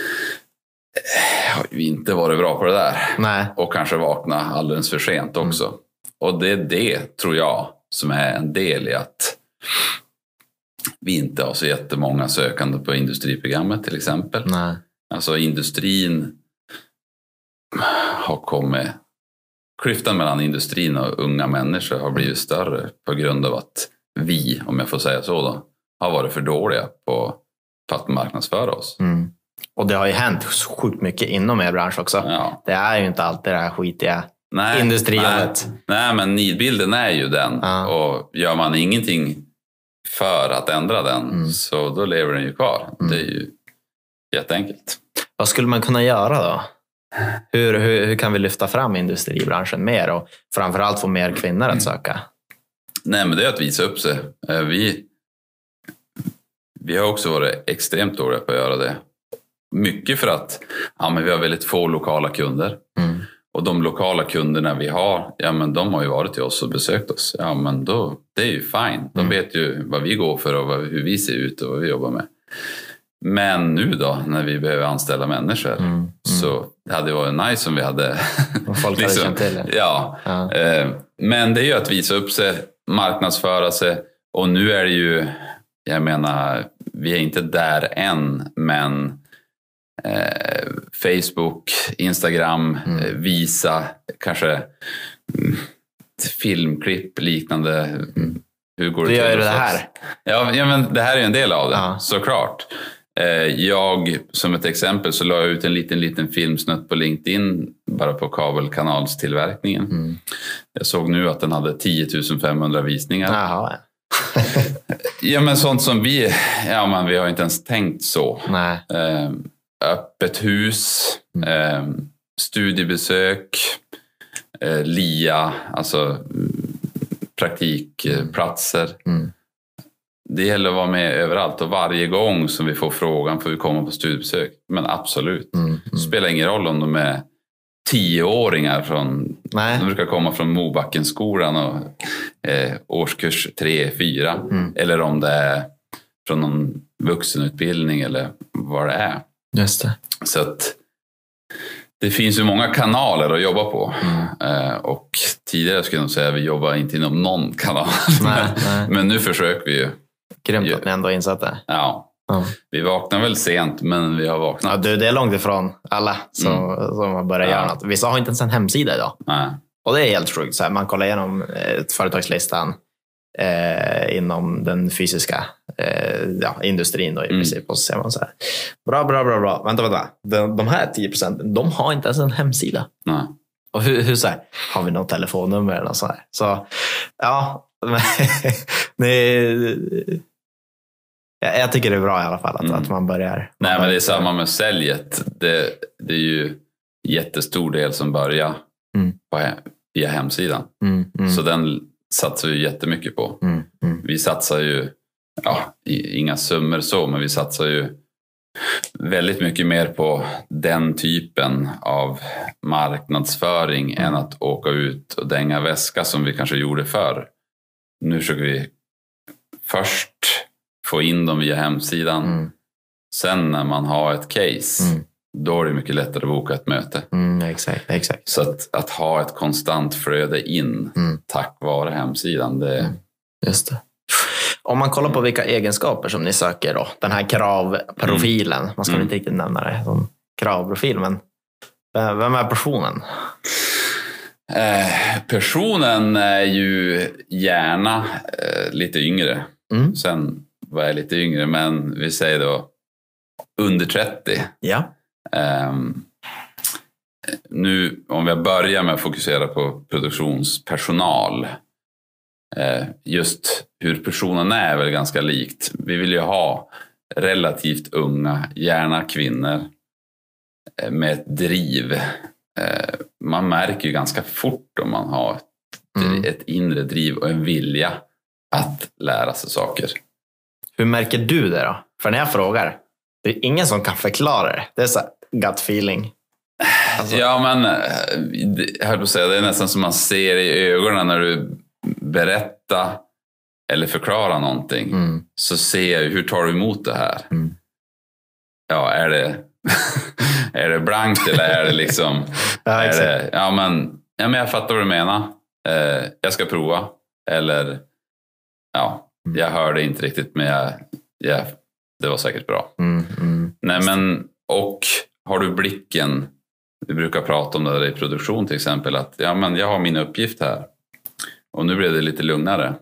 har ju inte varit bra på det där. Nej. Och kanske vakna alldeles för sent också. Mm. Och det är det, tror jag, som är en del i att vi inte har så jättemånga sökande på industriprogrammet till exempel. Nej. Alltså industrin har kommit, klyftan mellan industrin och unga människor har blivit större på grund av att vi, om jag får säga så då, har varit för dåliga på, på att marknadsföra oss. Mm. Och det har ju hänt sjukt mycket inom er bransch också. Ja. Det är ju inte alltid det här skitiga nej, industrijobbet. Nej, nej, men nidbilden är ju den. Ja. Och gör man ingenting för att ändra den mm. så då lever den ju kvar. Mm. Det är ju jätteenkelt. Vad skulle man kunna göra då? Hur, hur, hur kan vi lyfta fram industribranschen mer och framförallt få mer kvinnor att söka? Nej, men det är att visa upp sig. Vi, vi har också varit extremt dåliga på att göra det. Mycket för att ja, men vi har väldigt få lokala kunder. Mm. Och de lokala kunderna vi har, ja, men de har ju varit till oss och besökt oss. Ja, men då, det är ju fine. De mm. vet ju vad vi går för och vad, hur vi ser ut och vad vi jobbar med. Men nu då, när vi behöver anställa människor, mm. Mm. så det hade varit nice om vi hade... folk hade liksom, känt till det. Ja, ja. Eh, men det är ju att visa upp sig, marknadsföra sig. Och nu är det ju, jag menar, vi är inte där än, men eh, Facebook, Instagram, mm. eh, visa, kanske mm, filmklipp, liknande... Mm. Hur går det du till gör det här? Ja, ja, men det här är en del av det, ja. Såklart. Jag, som ett exempel, så la jag ut en liten, liten filmsnutt på LinkedIn bara på kabelkanalstillverkningen. Mm. Jag såg nu att den hade tio tusen femhundra visningar. Jaha. Ja, men sånt som vi, ja, men vi har inte ens tänkt så. Nej. Öppet hus, mm. studiebesök, L I A, alltså praktikplatser. Mm. Det gäller att vara med överallt och varje gång som vi får frågan får vi komma på studiebesök. Men absolut. Mm. Mm. Det spelar ingen roll om de är tioåringar från, nej. De brukar komma från Mobackenskolan och eh, årskurs tre, fyra. Mm. Eller om det är från någon vuxenutbildning eller vad det är. Just det. Så att det finns ju många kanaler att jobba på. Mm. Eh, och tidigare skulle jag säga att vi jobbar inte inom någon kanal. Nej, nej. Men nu försöker vi ju. Grymt att ni ändå insett det. Ja. Mm. Vi vaknar väl sent, men vi har vaknat. Ja, du, det är långt ifrån alla som, mm. som har börjat ja. göra något. Vissa har inte ens en hemsida idag. Nej. Och det är helt sjukt. Så här, man kollar igenom eh, företagslistan eh, inom den fysiska eh, ja, industrin då, i mm. princip. Och så ser man så här. Bra, bra, bra, bra. Vänta, vänta. De, de här tio procent, de har inte ens en hemsida. Nej. Och hur, hur så här, har vi något telefonnummer eller så här? Så ja, nej, jag tycker det är bra i alla fall att, mm. att man börjar. Man nej, börjar men det är samma med säljet. Det, det är ju jättestor del som börjar mm. på, via hemsidan. Mm. Mm. Så den satsar vi jättemycket på. Mm. Mm. Vi satsar ju, ja, inga summor så, men vi satsar ju väldigt mycket mer på den typen av marknadsföring mm. än att åka ut och dänga väska som vi kanske gjorde förr. Nu försöker vi först få in dem via hemsidan. Mm. Sen när man har ett case, mm. då är det mycket lättare att boka ett möte. Mm, exakt, exakt. Så att, att ha ett konstant flöde in mm. tack vare hemsidan. Det... Mm. Just det. Om man kollar på vilka egenskaper som ni söker då, den här kravprofilen, mm. man ska mm. inte riktigt nämna det som kravprofil, men vem är personen? Eh, personen är ju gärna eh, lite yngre. Mm. Sen var jag lite yngre, men vi säger då under trettio. Ja. Eh, nu om vi börjar med att fokusera på produktionspersonal. Eh, just hur personen är väl ganska likt. Vi vill ju ha relativt unga, gärna kvinnor med ett driv. Man märker ju ganska fort om man har ett, mm. ett inre driv och en vilja att lära sig saker. Hur märker du det då? För när jag frågar, det är ingen som kan förklara det. Det är så gut feeling. Alltså. Ja, men jag höll på att säga, det är nästan som man ser i ögonen när du berättar eller förklarar någonting. Mm. Så ser jag, hur tar du emot det här? Mm. Ja, är det är det blankt eller är det liksom ja, är det, ja, men, ja, men jag fattar vad du menar. Eh, jag ska prova. Eller ja, jag hörde inte riktigt, men jag, jag, det var säkert bra. Mm, mm. Nej, men, och har du blicken, vi brukar prata om det där i produktion till exempel, att ja, men jag har min uppgift här och nu blev det lite lugnare.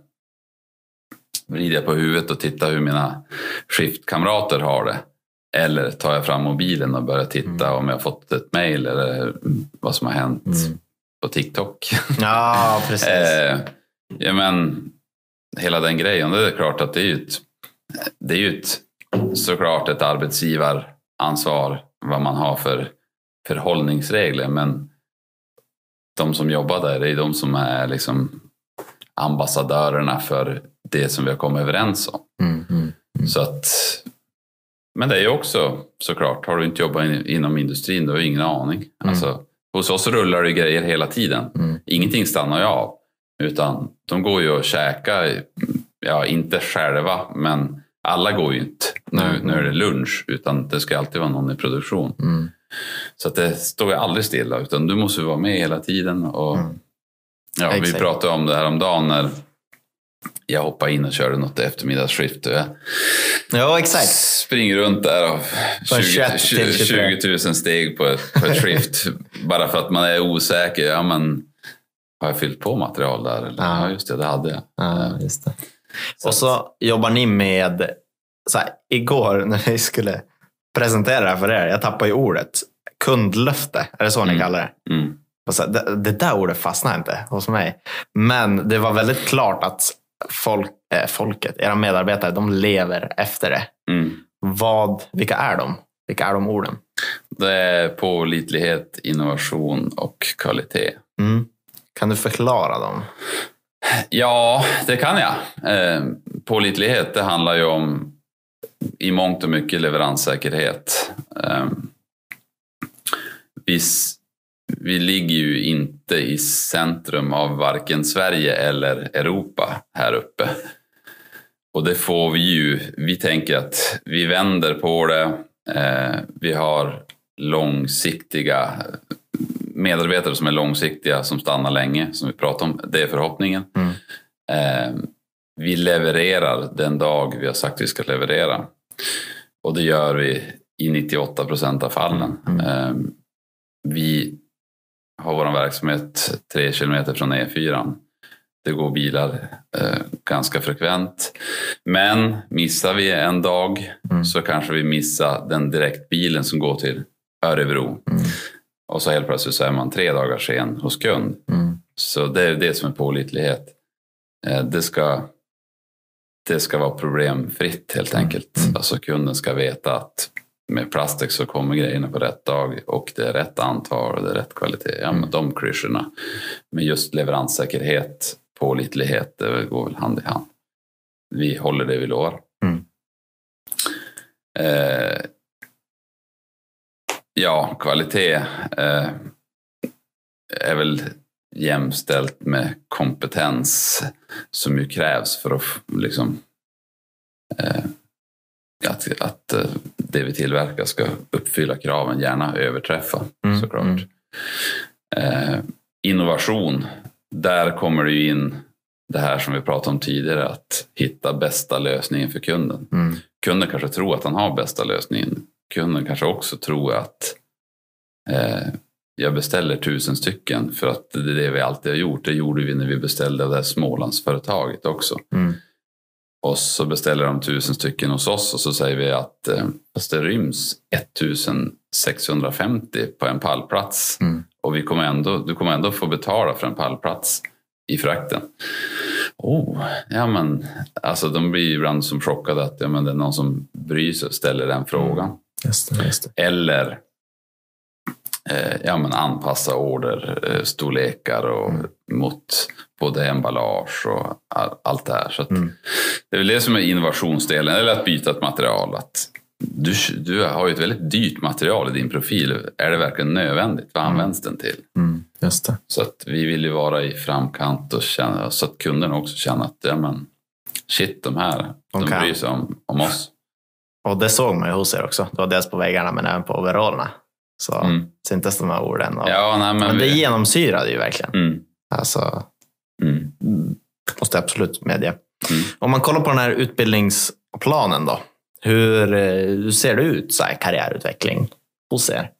Vrider jag på huvudet och tittar hur mina skiftkamrater har det. Eller tar jag fram mobilen och börjar titta mm. om jag har fått ett mejl eller vad som har hänt mm. på TikTok. Ja, precis. eh, ja, men hela den grejen, det är klart att det är ju ett, det är ju ett, såklart ett arbetsgivaransvar vad man har för förhållningsregler, men de som jobbar där, det är de som är liksom ambassadörerna för det som vi har kommit överens om. Mm, mm, mm. Så att, men det är ju också såklart, har du inte jobbat in, inom industrin, då har du ingen aning. Mm. Alltså, hos oss rullar det grejer hela tiden. Mm. Ingenting stannar ju av. Utan de går ju och käkar, ja, inte själva, men alla går ju inte nu, mm. nu är det lunch, utan det ska alltid vara någon i produktion. Mm. Så att det står ju aldrig stilla, utan du måste vara med hela tiden. Och mm. ja, vi pratade om det här om dagen när jag hoppade in och körde något eftermiddagsskift. Och jag ja, exakt. Springer runt där och tjugo tusen steg på ett, på ett skift. Bara för att man är osäker. Ja, men har jag fyllt på material där? Eller? Ja. Ja, just det, det hade jag. Ja, just det. Så och så jobbar ni med, så här, igår när vi skulle presentera det här för er, jag tappade ju ordet kundlöfte, är det så ni mm. kallar det? Mm. Och så, det, det där ordet fastnar inte hos mig. Men det var väldigt klart att folk, äh, folket, era medarbetare, de lever efter det. Mm. Vad, vilka är de? Vilka är de orden? Det är pålitlighet, innovation och kvalitet. Mm. Kan du förklara dem? Ja, det kan jag. Eh, pålitlighet, det handlar ju om i mångt och mycket leveranssäkerhet. Eh, vi, vi ligger ju inte i centrum av varken Sverige eller Europa här uppe. Och det får vi ju, vi tänker att vi vänder på det. Eh, vi har långsiktiga medarbetare som är långsiktiga, som stannar länge, som vi pratar om. Det är förhoppningen. Mm. Eh, vi levererar den dag vi har sagt att vi ska leverera. Och det gör vi i nittioåtta procent av fallen. Mm. Eh, vi har vår verksamhet tre kilometer från E fyra. Det går bilar eh, ganska frekvent. Men missar vi en dag mm. så kanske vi missar den direktbilen som går till Örebro. Mm. Och så helt plötsligt så är man tre dagar sen hos kund. Mm. Så det är det som är pålitlighet. Eh, det ska, det ska vara problemfritt helt enkelt. Mm. Alltså kunden ska veta att med plastik så kommer grejerna på rätt dag och det är rätt antal och det är rätt kvalitet. Ja, men de klyschorna. Men just leveranssäkerhet, pålitlighet, det går väl hand i hand. Vi håller det vi lovar. Mm. Eh, ja, kvalitet eh, är väl jämställt med kompetens som ju krävs för att liksom eh, att, att det vi tillverkar ska uppfylla kraven, gärna överträffa mm, såklart. Mm. Eh, innovation, där kommer det ju in det här som vi pratade om tidigare, att hitta bästa lösningen för kunden. Mm. Kunden kanske tror att han har bästa lösningen. Kunden kanske också tror att eh, jag beställer tusen stycken för att det är det vi alltid har gjort. Det gjorde vi när vi beställde det här Smålandsföretaget också. Mm. Och så beställer de tusen stycken hos oss och så säger vi att eh, fast det ryms etttusensexhundrafemtio på en pallplats. Mm. Och vi kommer ändå, du kommer ändå få betala för en pallplats i frakten. Oh, ja men, alltså de blir ibland som chockade att ja, men det är någon som bryr sig och ställer den frågan. Mm. Just det, just det. Eller eh, ja, men anpassa order, eh, storlekar och mm. mot både emballage och all, allt det här. Så att mm. det är väl det som är innovationsdelen, eller att byta ett material. Att du, du har ju ett väldigt dyrt material i din profil. Är det verkligen nödvändigt? Vad används mm. den till? Mm. Just det. Så att vi vill ju vara i framkant och känna, så att kunden också känner att ja, men, shit, de här, de okay. bryr sig om, om oss. Och det såg man ju hos er också. Det var dels på väggarna men även på overallerna. Så mm. syntes de här orden. Och, ja, nej, men men det vi... genomsyrade ju verkligen. Mm. Alltså, mm. måste jag absolut medge. Mm. Om man kollar på den här utbildningsplanen då. Hur, hur ser det ut, så här, karriärutveckling hos er?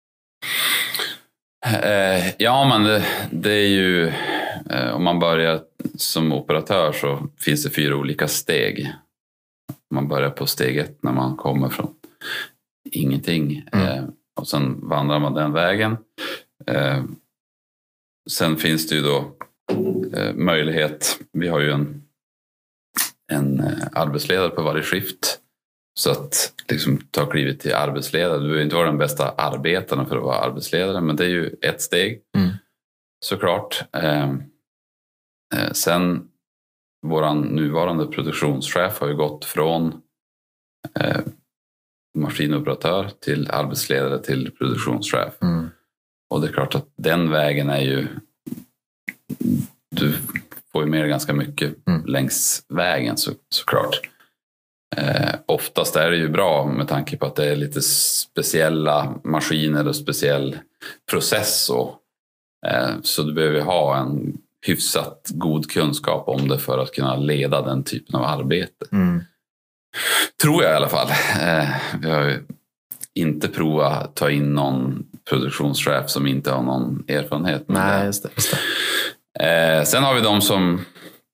Eh, ja, men det, det är ju... Eh, om man börjar som operatör så finns det fyra olika steg. Man börjar på steg ett när man kommer från ingenting. Mm. Eh, och sen vandrar man den vägen. Eh, sen finns det ju då eh, möjlighet. Vi har ju en, en eh, arbetsledare på varje skift. Så att liksom, ta klivet till arbetsledare. Du behöver inte vara den bästa arbetaren för att vara arbetsledare. Men det är ju ett steg. Mm. Såklart. Eh, eh, sen våran nuvarande produktionschef har ju gått från eh, maskinoperatör till arbetsledare till produktionschef. Mm. Och det är klart att den vägen är ju... Du får ju med ganska mycket mm. längs vägen så, såklart. Eh, oftast är det ju bra med tanke på att det är lite speciella maskiner och speciell process. Och, eh, så du behöver ha en hyfsat god kunskap om det för att kunna leda den typen av arbete. Mm. Tror jag i alla fall. Eh, vi har ju inte provat att ta in någon produktionschef som inte har någon erfarenhet. Nej, just det. Just det. Eh, sen har vi de som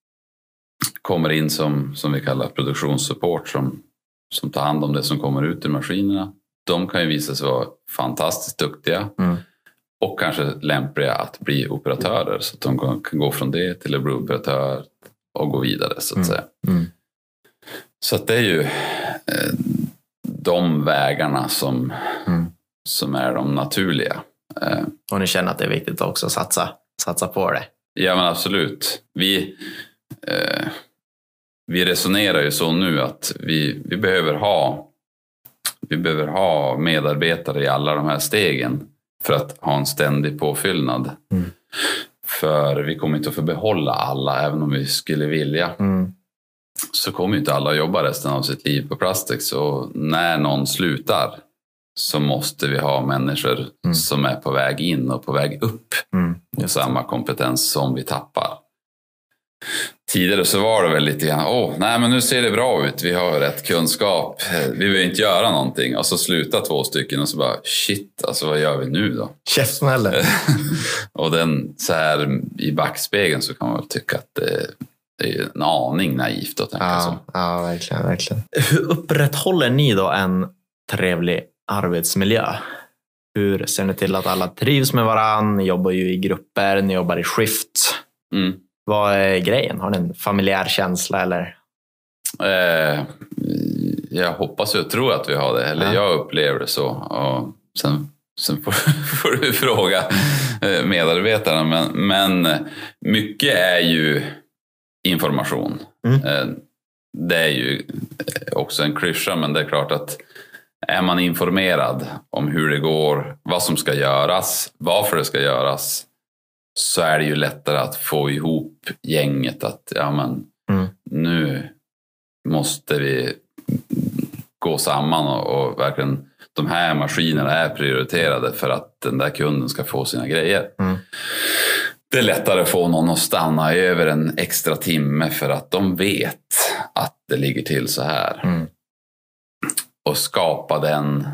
kommer in som, som vi kallar produktionssupport som, som tar hand om det som kommer ut ur maskinerna. De kan ju visa sig vara fantastiskt duktiga. Mm. Och kanske lämpliga att bli operatörer. Så att de kan gå från det till att bli operatör och gå vidare så att mm. säga. Mm. Så att det är ju eh, de vägarna som, mm. som är de naturliga. Eh, och ni känner att det är viktigt också att satsa, satsa på det? Ja, men absolut. Vi, eh, vi resonerar ju så nu att vi, vi, behöver ha, vi behöver ha medarbetare i alla de här stegen. För att ha en ständig påfyllnad. Mm. För vi kommer inte att få behålla alla även om vi skulle vilja. Mm. Så kommer inte alla jobba resten av sitt liv på Plastics. Så när någon slutar så måste vi ha människor mm. som är på väg in och på väg upp. Mm. Och samma kompetens som vi tappar. Tidigare så var det väl lite grann, åh, nej men nu ser det bra ut, vi har rätt kunskap, vi behöver inte göra någonting. Och så slutar två stycken och så bara, shit, alltså vad gör vi nu då? Käftsmäller. Och den så här i backspegeln så kan man väl tycka att det, det är en aning naivt att tänka ja, så. Ja, verkligen, verkligen. Hur upprätthåller ni då en trevlig arbetsmiljö? Hur ser ni till att alla trivs med varann? Ni jobbar ju i grupper, ni jobbar i skift. Mm. Vad är grejen? Har ni en familjär känsla eller? Eh, jag hoppas och tror att vi har det. Eller ja. Jag upplever det så. Och sen, sen får, får du fråga medarbetarna. Men, men mycket är ju information. Mm. Eh, det är ju också en klyscha, men det är klart att är man informerad om hur det går, vad som ska göras, varför det ska göras, så är det ju lättare att få ihop gänget att ja, men, mm. nu måste vi gå samman och, och verkligen de här maskinerna är prioriterade för att den där kunden ska få sina grejer. Mm. Det är lättare att få någon att stanna över en extra timme för att de vet att det ligger till så här. Mm. Och skapa den,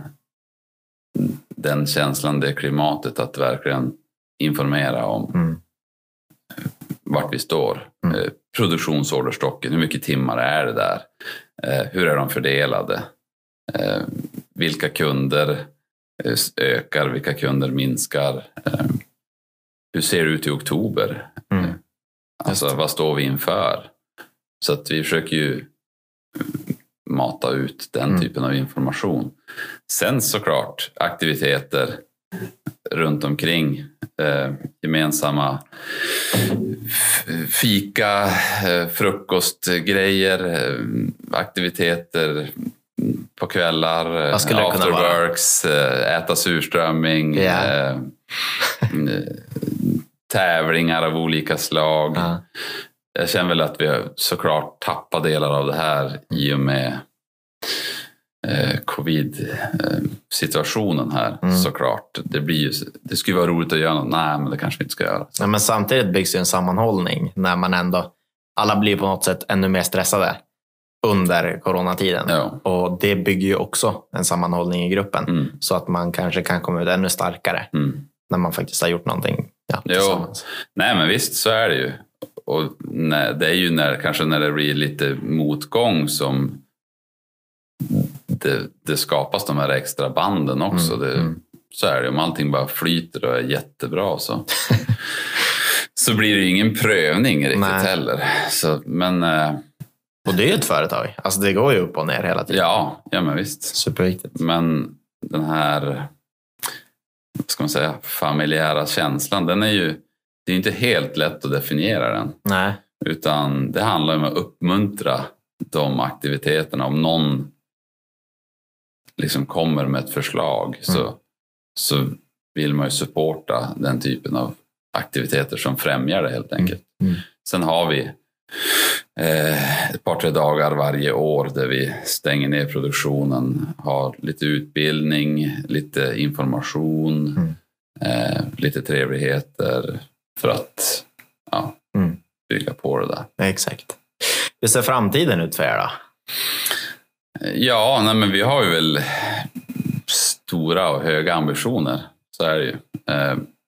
den känslan, det klimatet att verkligen informera om mm. vart vi står. Mm. Eh, produktionsorderstocken, hur mycket timmar är det där? Eh, hur är de fördelade? Eh, vilka kunder eh, ökar, vilka kunder minskar? Eh, hur ser det ut i oktober? Mm. Eh, alltså vad står vi inför? Så att vi försöker ju mata ut den mm. typen av information. Sen såklart aktiviteter runt omkring, eh, gemensamma fika, eh, frukostgrejer, eh, aktiviteter på kvällar, eh, afterworks, eh, äta surströmming, yeah. eh, tävlingar av olika slag. Uh. Jag känner väl att vi har såklart tappat delar av det här i och med eh, covid-situationen här. Mm. Såklart. Det, blir ju, det skulle vara roligt att göra något. Nej, men det kanske vi inte ska göra. Ja, men samtidigt byggs ju en sammanhållning när man ändå, alla blir på något sätt ännu mer stressade under coronatiden. Ja. Och det bygger ju också en sammanhållning i gruppen. Mm. Så att man kanske kan komma ut ännu starkare mm. när man faktiskt har gjort någonting ja, tillsammans. Jo. Nej, men visst, så är det ju. Och när, det är ju när, kanske när det blir lite motgång som det, det skapas de här extra banden också. Mm, det, mm. Så är det, om allting bara flyter och är jättebra så, så blir det ju ingen prövning riktigt Nej. heller. Så, men, och det är ju ett företag, alltså det går ju upp och ner hela tiden. Ja, ja men visst. Superviktigt. Men den här, vad ska man säga, familjära känslan, den är ju, det är inte helt lätt att definiera den. Nej. Utan det handlar om att uppmuntra de aktiviteterna. Om någon liksom kommer med ett förslag mm. så, så vill man ju supporta den typen av aktiviteter som främjar det helt enkelt. Mm. Mm. Sen har vi eh, ett par tre dagar varje år där vi stänger ner produktionen. Har lite utbildning, lite information, mm. eh, lite trevligheter. För att ja, mm. bygga på det där. Exakt. Hur ser framtiden ut för er då? Ja, nej, men vi har ju väl stora och höga ambitioner. Så är det ju. Eh,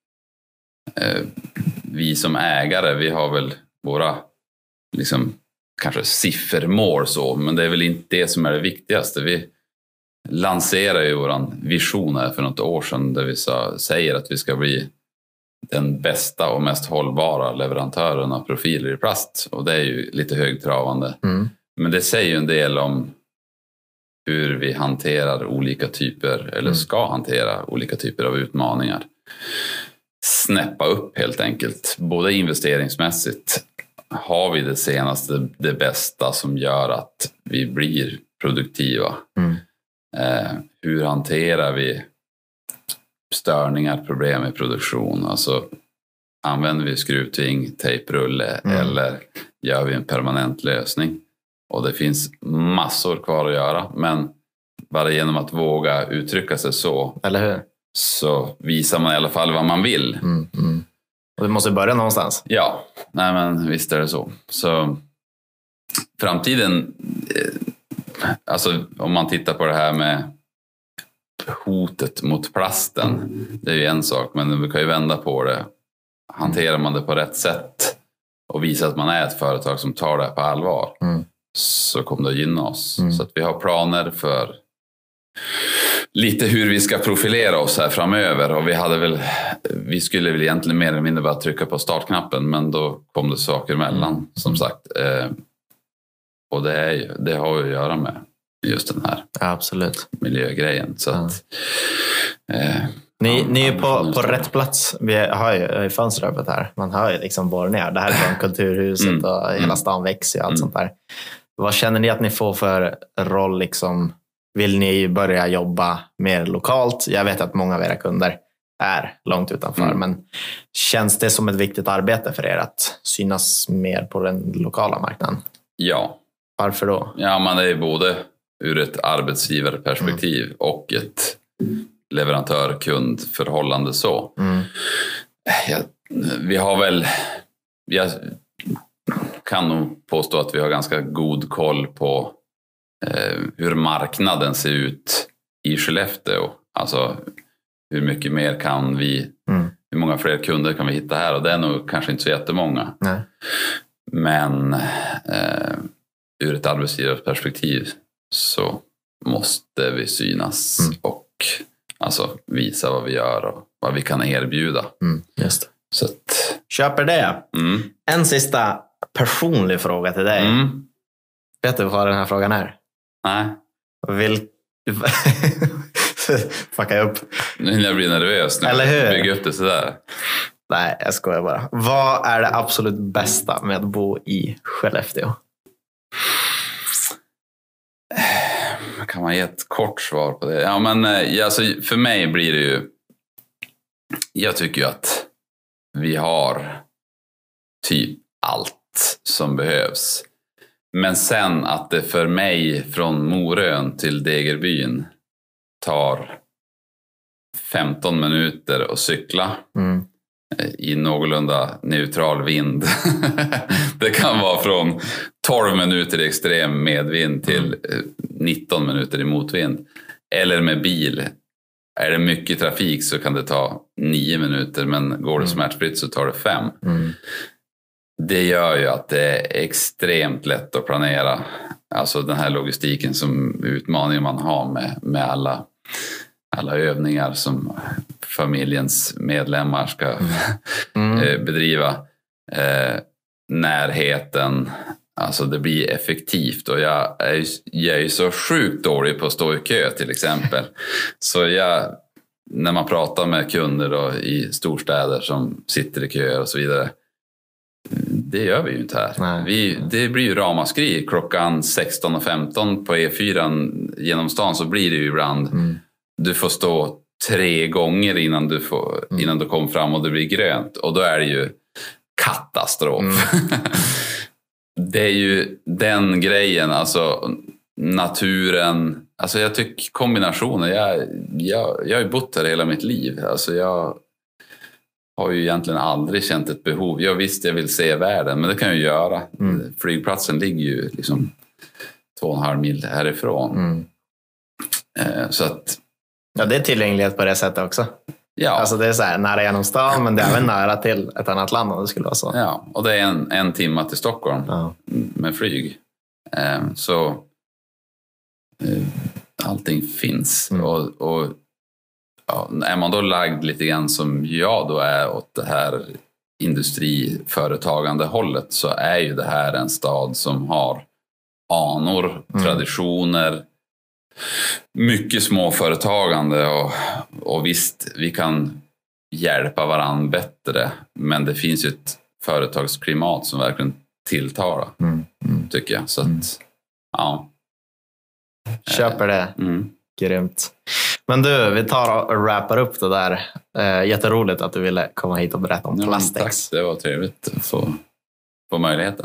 eh, vi som ägare, vi har väl våra liksom, kanske siffermål så. Men det är väl inte det som är det viktigaste. Vi lanserar ju våran vision här för något år sedan. Där vi sa, säger att vi ska bli den bästa och mest hållbara leverantören av profiler i plast. Och det är ju lite högtravande. Mm. Men det säger ju en del om hur vi hanterar olika typer, eller mm. ska hantera olika typer av utmaningar. Snäppa upp helt enkelt. Både investeringsmässigt har vi det senaste, det bästa som gör att vi blir produktiva. Mm. Eh, hur hanterar vi störningar, problem i produktion? Alltså använder vi skruvtving, tejprulle mm. eller gör vi en permanent lösning? Och det finns massor kvar att göra, men bara genom att våga uttrycka sig så, eller hur? Så visar man i alla fall vad man vill. Mm, mm. Och det måste börja någonstans. Ja, nej men visst är det så. Så framtiden, alltså om man tittar på det här med hotet mot plasten, det är ju en sak, men vi kan ju vända på det. Hanterar man det på rätt sätt och visar att man är ett företag som tar det här på allvar, mm. så kommer det att gynna oss. Mm. Så att vi har planer för lite hur vi ska profilera oss här framöver. Och vi hade väl, vi skulle väl egentligen mer eller mindre bara trycka på startknappen, men då kom det saker emellan, mm. som sagt. Eh, och det, är ju, det har ju att göra med just den här ja, absolut. miljögrejen. Så ja. att, eh, Ni, ja, ni är på, på rätt plats. Vi har ju fönsteröppet här. Man hör ju liksom borr ner. Det här är från Kulturhuset mm. och hela stan växer och allt mm. sånt där. Vad känner ni att ni får för roll? Liksom, vill ni börja jobba mer lokalt? Jag vet att många av era kunder är långt utanför. Mm. Men känns det som ett viktigt arbete för er att synas mer på den lokala marknaden? Ja. Varför då? Ja, man är både ur ett arbetsgivarperspektiv mm. och ett leverantör-kund-förhållande så. Mm. Ja, vi har väl, jag kan nog påstå att vi har ganska god koll på eh, hur marknaden ser ut i Skellefteå. Alltså hur mycket mer kan vi, mm. hur många fler kunder kan vi hitta här? Och det är nog kanske inte så jättemånga. Nej. Men eh, ur ett arbetsgivarperspektiv så måste vi synas mm. och alltså visa vad vi gör och vad vi kan erbjuda. Mm, just det. Så att, köper det. Mm. En sista personlig fråga till dig. Mm. Vet du vad den här frågan är? Nej. Vil... Fuckar jag upp. Nu jag blir nervös nu. Eller hur? Bygga upp det sådär. Nej, jag skojar bara. Vad är det absolut bästa med att bo i Skellefteå? Kan man ge ett kort svar på det? Ja, men alltså, för mig blir det ju... Jag tycker ju att vi har typ allt som behövs. Men sen att det för mig från Morön till Degerbyn tar femton minuter att cykla mm. i någorlunda neutral vind. Det kan vara från tolv minuter i extrem medvind till nitton minuter i motvind. Eller med bil. Är det mycket trafik så kan det ta nio minuter, men går det smärtfritt så tar det fem. Mm. Det gör ju att det är extremt lätt att planera. Alltså den här logistiken som utmaningen man har med, med alla, alla övningar som familjens medlemmar ska mm. bedriva. Eh, närheten, alltså det blir effektivt. Och jag är, jag är ju så sjukt dålig på att stå i kö till exempel. Så jag, när man pratar med kunder då, i storstäder som sitter i köer och så vidare, det gör vi ju inte här. Vi, det blir ju ramaskri klockan sexton och femton på E fyra genom stan, så blir det ju ibland. Mm. Du får stå tre gånger innan du, får, mm. innan du kommer fram och det blir grönt. Och då är det ju katastrof. Mm. Det är ju den grejen, alltså naturen. Alltså jag tycker kombinationen, jag, jag, jag har ju bott här hela mitt liv. Alltså jag har ju egentligen aldrig känt ett behov. Jag visste jag vill se världen, men det kan jag ju göra. Mm. Flygplatsen ligger ju liksom två och en halv mil härifrån. Mm. Eh, så att... Ja, det är tillgänglighet på det sättet också. Ja. Alltså det är så här nära genom stan, men det är även nära till ett annat land om det skulle vara så. Ja, och det är en, en timme till Stockholm ja. med flyg. Eh, så eh, allting finns. Mm. Och, och ja, är man då lagd lite grann som jag då är åt det här industriföretagande hållet, så är ju det här en stad som har anor, mm. traditioner, mycket småföretagande och, och visst, vi kan hjälpa varandra bättre, men det finns ju ett företagsklimat som verkligen tilltalar, mm. Mm. tycker jag. Så att, mm. ja. Köper det. Mm. Grymt. Men du, vi tar och wrappar upp det där. Eh, jätteroligt att du ville komma hit och berätta om ja, Plastex. Tack, det var trevligt att få, få möjligheten.